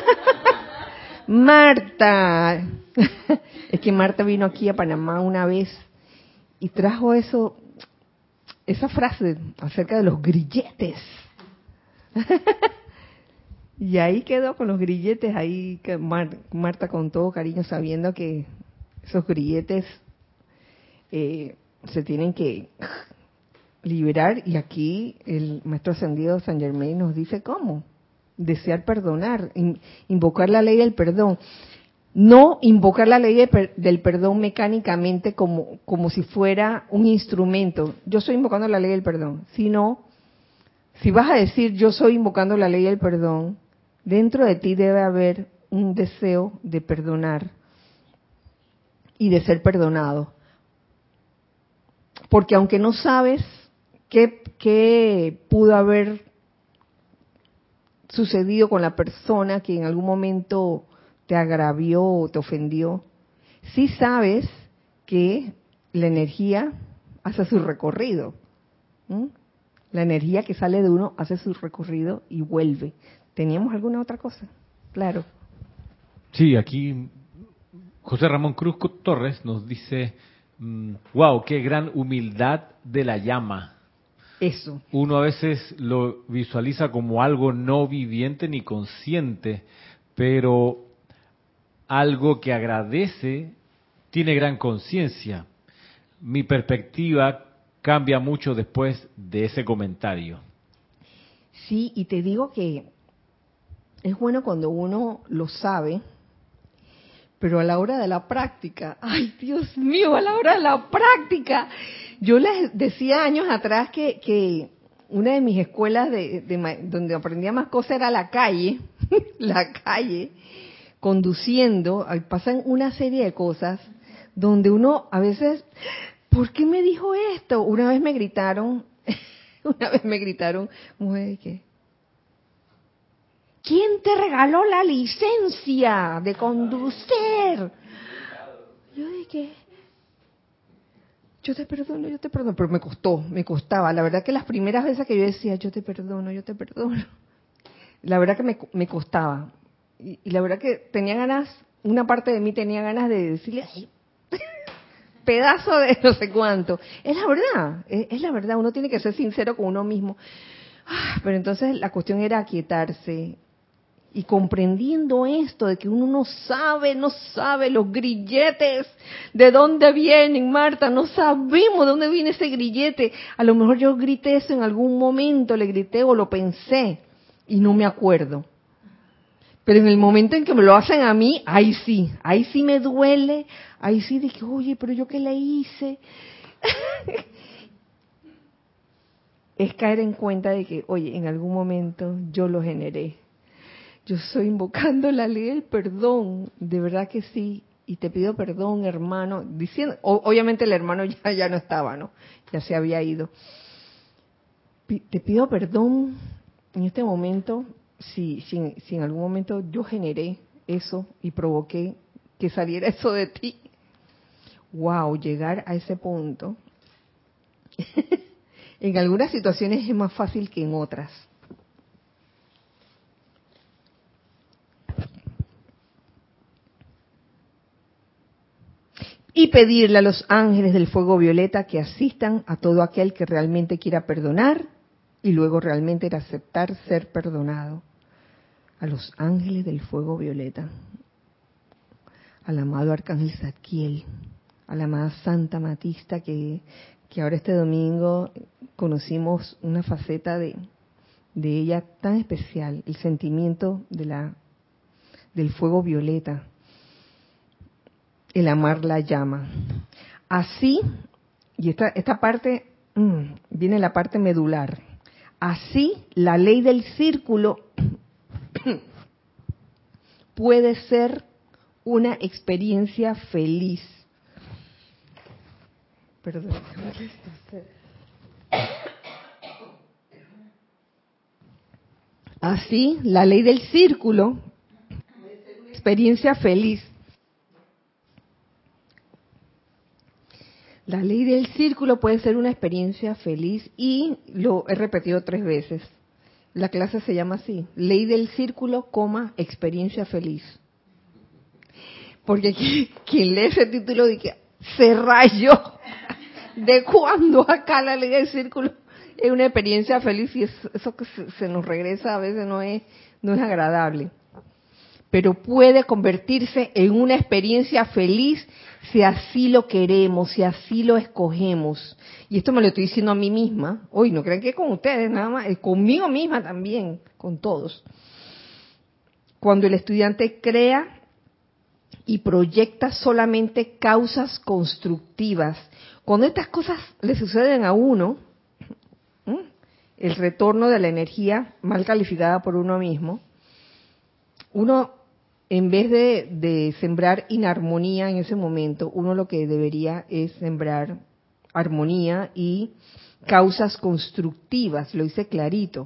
Marta. Es que Marta vino aquí a Panamá una vez y trajo eso, esa frase acerca de los grilletes. Y ahí quedó con los grilletes, ahí que Mar, Marta con todo cariño, sabiendo que esos grilletes eh, se tienen que liberar. Y aquí el maestro ascendido San Germain nos dice cómo. Desear perdonar, in, invocar la ley del perdón. No invocar la ley de per, del perdón mecánicamente como, como si fuera un instrumento. Yo estoy invocando la ley del perdón. Sino, si vas a decir yo soy invocando la ley del perdón, dentro de ti debe haber un deseo de perdonar y de ser perdonado. Porque aunque no sabes qué, qué pudo haber sucedido con la persona que en algún momento te agravió o te ofendió, sí sabes que la energía hace su recorrido. ¿Mm? La energía que sale de uno hace su recorrido y vuelve. ¿Teníamos alguna otra cosa? Claro. Sí, aquí José Ramón Cruz Torres nos dice, wow, qué gran humildad de la llama. Eso. Uno a veces lo visualiza como algo no viviente ni consciente, pero algo que agradece, tiene gran conciencia. Mi perspectiva cambia mucho después de ese comentario. Sí, y te digo que es bueno cuando uno lo sabe, pero a la hora de la práctica, ¡ay, Dios mío! A la hora de la práctica. Yo les decía años atrás que, que una de mis escuelas de, de, donde aprendía más cosas era la calle, la calle, conduciendo. Pasan una serie de cosas donde uno a veces, ¿por qué me dijo esto? Una vez me gritaron, una vez me gritaron, mujer, ¿qué? ¿Quién te regaló la licencia de conducir? Yo dije, yo te perdono, yo te perdono, pero me costó, me costaba. La verdad que las primeras veces que yo decía, yo te perdono, yo te perdono, la verdad que me, me costaba. Y, y la verdad que tenía ganas, una parte de mí tenía ganas de decirle, ay, pedazo de no sé cuánto. Es la verdad, es, es la verdad, uno tiene que ser sincero con uno mismo. Ah, pero entonces la cuestión era aquietarse Y comprendiendo esto de que uno no sabe, no sabe los grilletes, de dónde vienen, Marta, no sabemos de dónde viene ese grillete. A lo mejor yo grité eso en algún momento, le grité o lo pensé y no me acuerdo. Pero en el momento en que me lo hacen a mí, ahí sí, ahí sí me duele, ahí sí dije, oye, pero yo qué le hice. Es caer en cuenta de que, oye, en algún momento yo lo generé. Yo estoy invocando la ley del perdón, de verdad que sí, y te pido perdón, hermano, diciendo, obviamente el hermano ya, ya no estaba, ¿no? Ya se había ido. Te pido perdón en este momento, si, si, si en algún momento yo generé eso y provoqué que saliera eso de ti. Wow, llegar a ese punto. En algunas situaciones es más fácil que en otras. Y pedirle a los ángeles del fuego violeta que asistan a todo aquel que realmente quiera perdonar y luego realmente aceptar ser perdonado. A los ángeles del fuego violeta, al amado Arcángel Zadkiel, a la amada Santa Matista, que, que ahora este domingo conocimos una faceta de, de ella tan especial, el sentimiento de la, del fuego violeta, el amar la llama. Así, y esta, esta parte, mmm, viene la parte medular, así la ley del círculo puede ser una experiencia feliz. Perdón. Así, la ley del círculo puede ser una experiencia feliz. La ley del círculo puede ser una experiencia feliz y lo he repetido tres veces. La clase se llama así, ley del círculo, coma, experiencia feliz. Porque quien lee ese título dice, se rayó. ¿De cuándo acá la ley del círculo es una experiencia feliz? Y eso, eso que se, se nos regresa a veces no es, no es agradable. Pero puede convertirse en una experiencia feliz si así lo queremos, si así lo escogemos. Y esto me lo estoy diciendo a mí misma. Hoy no crean que es con ustedes nada más, es conmigo misma también, con todos. Cuando el estudiante crea y proyecta solamente causas constructivas, cuando estas cosas le suceden a uno, ¿eh? El retorno de la energía mal calificada por uno mismo, uno, en vez de, de sembrar inarmonía en ese momento, uno lo que debería es sembrar armonía y causas constructivas, lo hice clarito.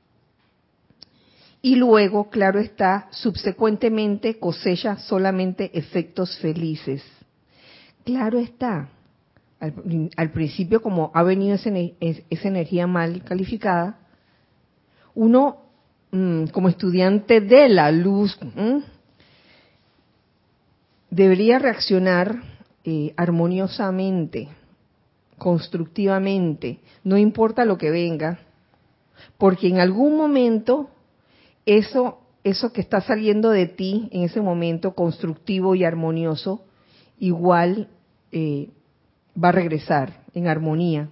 Y luego, claro está, subsecuentemente cosecha solamente efectos felices. Claro está, al, al principio como ha venido esa, esa energía mal calificada, uno mmm, como estudiante de la luz, mmm, debería reaccionar eh, armoniosamente, constructivamente, no importa lo que venga, porque en algún momento eso, eso que está saliendo de ti en ese momento constructivo y armonioso, igual eh, va a regresar en armonía.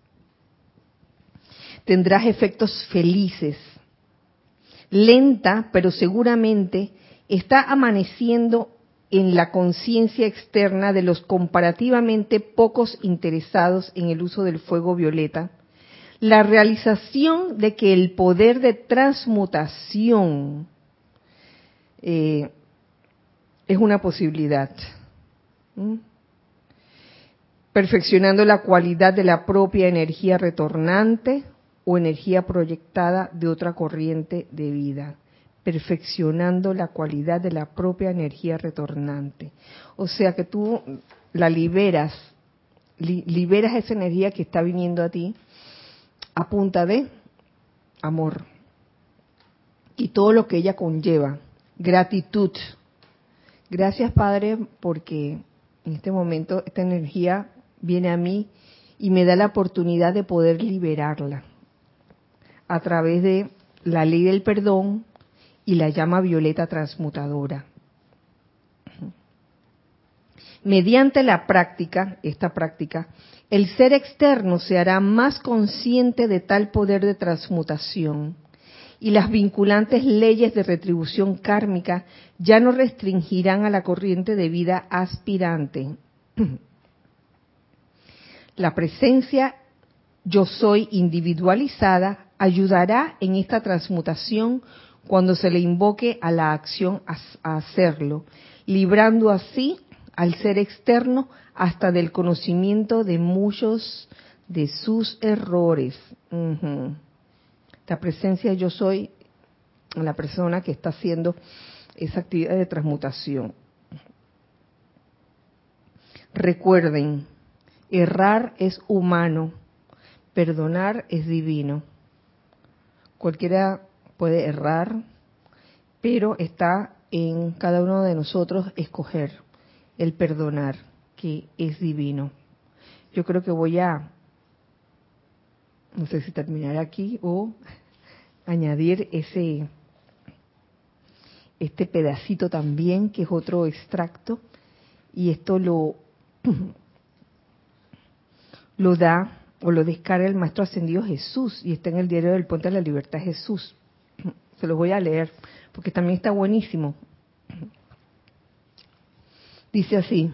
Tendrás efectos felices. Lenta, pero seguramente está amaneciendo en la conciencia externa de los comparativamente pocos interesados en el uso del fuego violeta, la realización de que el poder de transmutación eh, es una posibilidad, ¿Mm? perfeccionando la cualidad de la propia energía retornante o energía proyectada de otra corriente de vida. Perfeccionando la cualidad de la propia energía retornante. O sea que tú la liberas, li, liberas esa energía que está viniendo a ti a punta de amor y todo lo que ella conlleva. Gratitud. Gracias, Padre, porque en este momento esta energía viene a mí y me da la oportunidad de poder liberarla a través de la ley del perdón y la llama violeta transmutadora. Mediante la práctica, esta práctica, el ser externo se hará más consciente de tal poder de transmutación y las vinculantes leyes de retribución kármica ya no restringirán a la corriente de vida aspirante. La presencia yo soy individualizada ayudará en esta transmutación cuando se le invoque a la acción a hacerlo, librando así al ser externo hasta del conocimiento de muchos de sus errores. Uh-huh. La presencia yo soy la persona que está haciendo esa actividad de transmutación. Recuerden, errar es humano, perdonar es divino. Cualquiera puede errar, pero está en cada uno de nosotros escoger el perdonar, que es divino. Yo creo que voy a, no sé si terminar aquí o añadir ese, este pedacito también, que es otro extracto, y esto lo, lo da o lo descarga el Maestro Ascendido Jesús, y está en el Diario del Puente de la Libertad Jesús. Se los voy a leer, porque también está buenísimo. Dice así: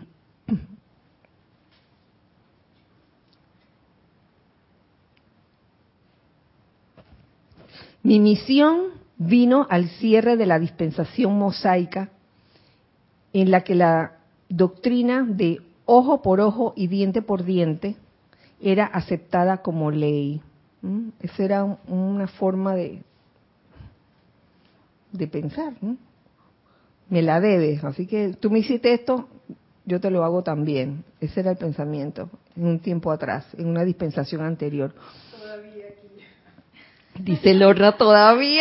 mi misión vino al cierre de la dispensación mosaica, en la que la doctrina de ojo por ojo y diente por diente era aceptada como ley. ¿Mm? Esa era un, una forma de, de pensar, ¿no? Me la debes, así que tú me hiciste esto, yo te lo hago también. Ese era el pensamiento en un tiempo atrás, en una dispensación anterior. Todavía aquí. Dice Lorna, todavía.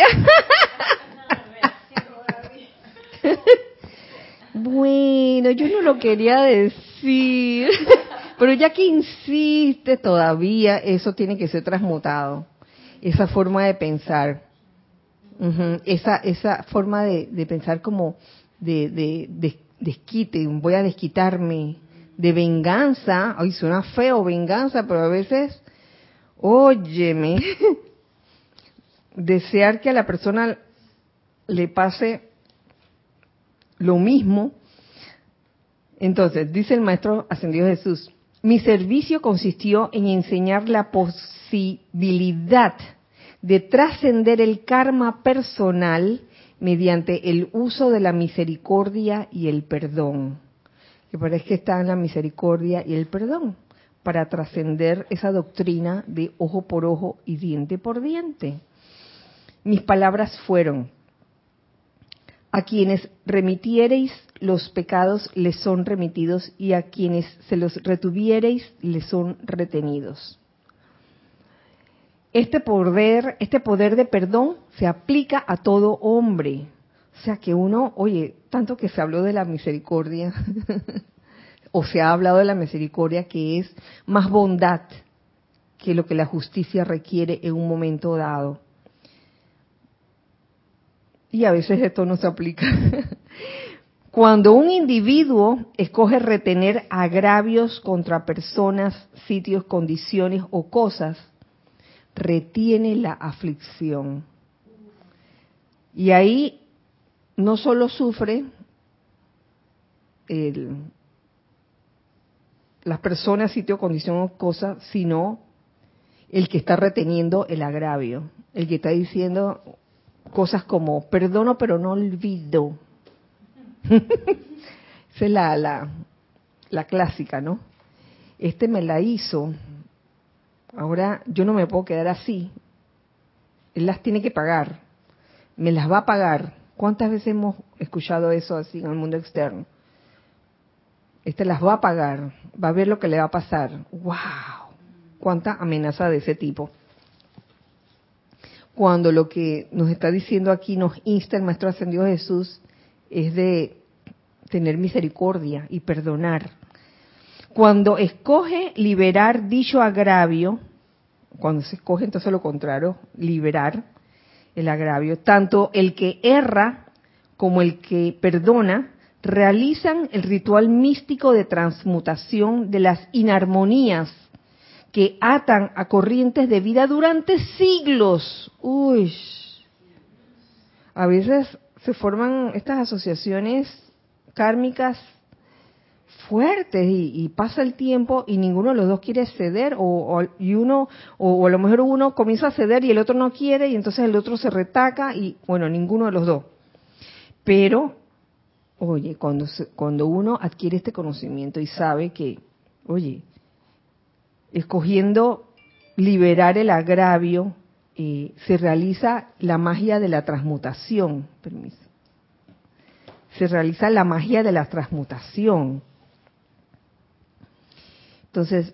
Bueno, yo no lo quería decir, pero ya que insiste, todavía eso tiene que ser transmutado, esa forma de pensar. Uh-huh. Esa esa forma de, de pensar como de, de, de desquite, voy a desquitarme, de venganza. Ay, suena feo venganza, pero a veces, óyeme, desear que a la persona le pase lo mismo. Entonces, dice el Maestro Ascendido Jesús: mi servicio consistió en enseñar la posibilidad de trascender el karma personal mediante el uso de la misericordia y el perdón. Que parece que está en la misericordia y el perdón para trascender esa doctrina de ojo por ojo y diente por diente. Mis palabras fueron: a quienes remitiereis los pecados les son remitidos, y a quienes se los retuviereis les son retenidos. Este poder, este poder de perdón se aplica a todo hombre. O sea que uno, oye, tanto que se habló de la misericordia, o se ha hablado de la misericordia, que es más bondad que lo que la justicia requiere en un momento dado. Y a veces esto no se aplica. Cuando un individuo escoge retener agravios contra personas, sitios, condiciones o cosas, retiene la aflicción. Y ahí no solo sufre el, las personas, sitio, condición o cosas, sino el que está reteniendo el agravio, el que está diciendo cosas como perdono pero no olvido. Esa es la, la, la clásica, ¿no? Este me la hizo, ahora yo no me puedo quedar así. Él las tiene que pagar, me las va a pagar. ¿Cuántas veces hemos escuchado eso así en el mundo externo? Este las va a pagar, va a ver lo que le va a pasar. ¡Wow! ¿Cuánta amenaza de ese tipo? Cuando lo que nos está diciendo aquí, nos insta el Maestro Ascendido Jesús, es de tener misericordia y perdonar. Cuando escoge liberar dicho agravio, cuando se escoge entonces lo contrario, liberar, el agravio. Tanto el que erra como el que perdona realizan el ritual místico de transmutación de las inarmonías que atan a corrientes de vida durante siglos. Uy, a veces se forman estas asociaciones kármicas fuertes y, y pasa el tiempo y ninguno de los dos quiere ceder o, o y uno o, o a lo mejor uno comienza a ceder y el otro no quiere y entonces el otro se retaca y bueno, ninguno de los dos. Pero oye, cuando se, cuando uno adquiere este conocimiento y sabe que, oye, escogiendo liberar el agravio, eh, se realiza la magia de la transmutación. Permiso. Se realiza la magia de la transmutación. Entonces,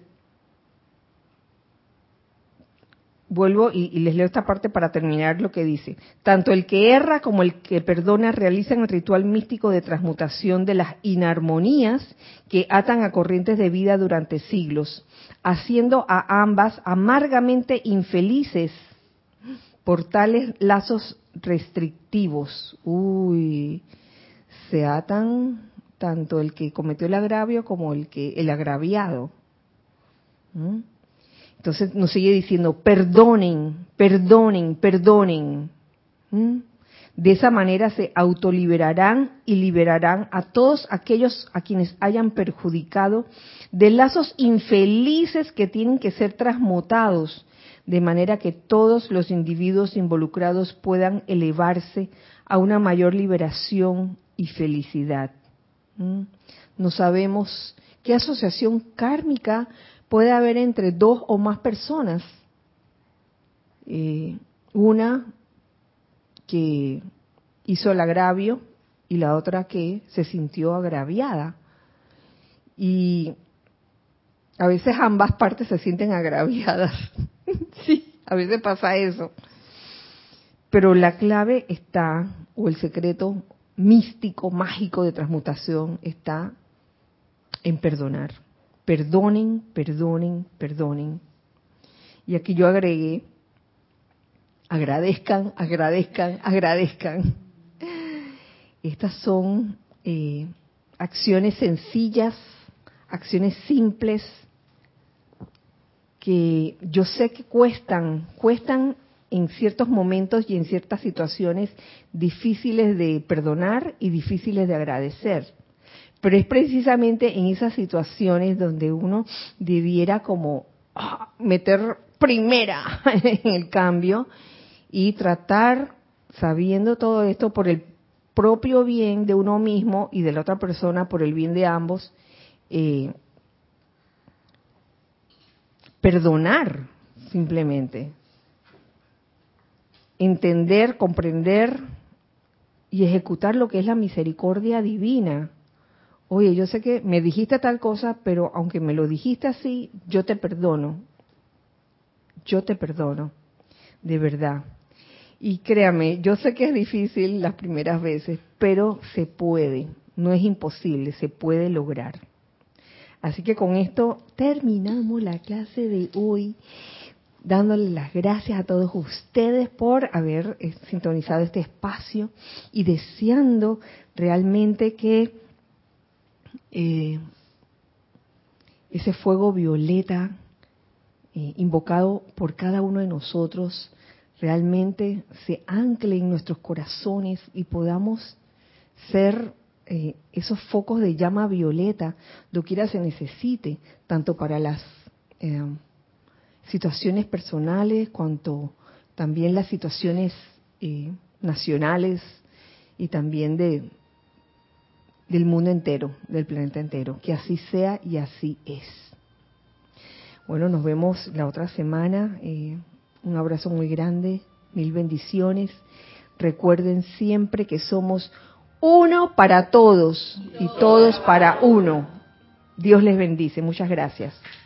vuelvo y, y les leo esta parte para terminar lo que dice. Tanto el que erra como el que perdona realizan el ritual místico de transmutación de las inarmonías que atan a corrientes de vida durante siglos, haciendo a ambas amargamente infelices por tales lazos restrictivos. Uy, se atan tanto el que cometió el agravio como el que el agraviado. ¿Mm? Entonces nos sigue diciendo, perdonen, perdonen, perdonen. ¿Mm? De esa manera se autoliberarán y liberarán a todos aquellos a quienes hayan perjudicado de lazos infelices que tienen que ser transmutados, de manera que todos los individuos involucrados puedan elevarse a una mayor liberación y felicidad. ¿Mm? No sabemos qué asociación kármica puede haber entre dos o más personas. Eh, una que hizo el agravio y la otra que se sintió agraviada. Y a veces ambas partes se sienten agraviadas. Sí, a veces pasa eso. Pero la clave está, o el secreto místico, mágico de transmutación está en perdonar. Perdonen, perdonen, perdonen. Y aquí yo agregué, agradezcan, agradezcan, agradezcan. Estas son eh, acciones sencillas, acciones simples, que yo sé que cuestan, cuestan en ciertos momentos y en ciertas situaciones difíciles de perdonar y difíciles de agradecer. Pero es precisamente en esas situaciones donde uno debiera como oh, meter primera en el cambio y tratar, sabiendo todo esto, por el propio bien de uno mismo y de la otra persona, por el bien de ambos, eh, perdonar simplemente. Entender, comprender y ejecutar lo que es la misericordia divina. Oye, yo sé que me dijiste tal cosa, pero aunque me lo dijiste así, yo te perdono. Yo te perdono, de verdad. Y créame, yo sé que es difícil las primeras veces, pero se puede, no es imposible, se puede lograr. Así que con esto terminamos la clase de hoy, dándole las gracias a todos ustedes por haber eh, sintonizado este espacio y deseando realmente que eh, ese fuego violeta eh, invocado por cada uno de nosotros realmente se ancle en nuestros corazones y podamos ser eh, esos focos de llama violeta, doquiera se necesite, tanto para las eh, situaciones personales, cuanto también las situaciones eh, nacionales y también de del mundo entero, del planeta entero. Que así sea y así es. Bueno, nos vemos la otra semana. Eh, un abrazo muy grande, mil bendiciones. Recuerden siempre que somos uno para todos y todos para uno. Dios les bendice. Muchas gracias.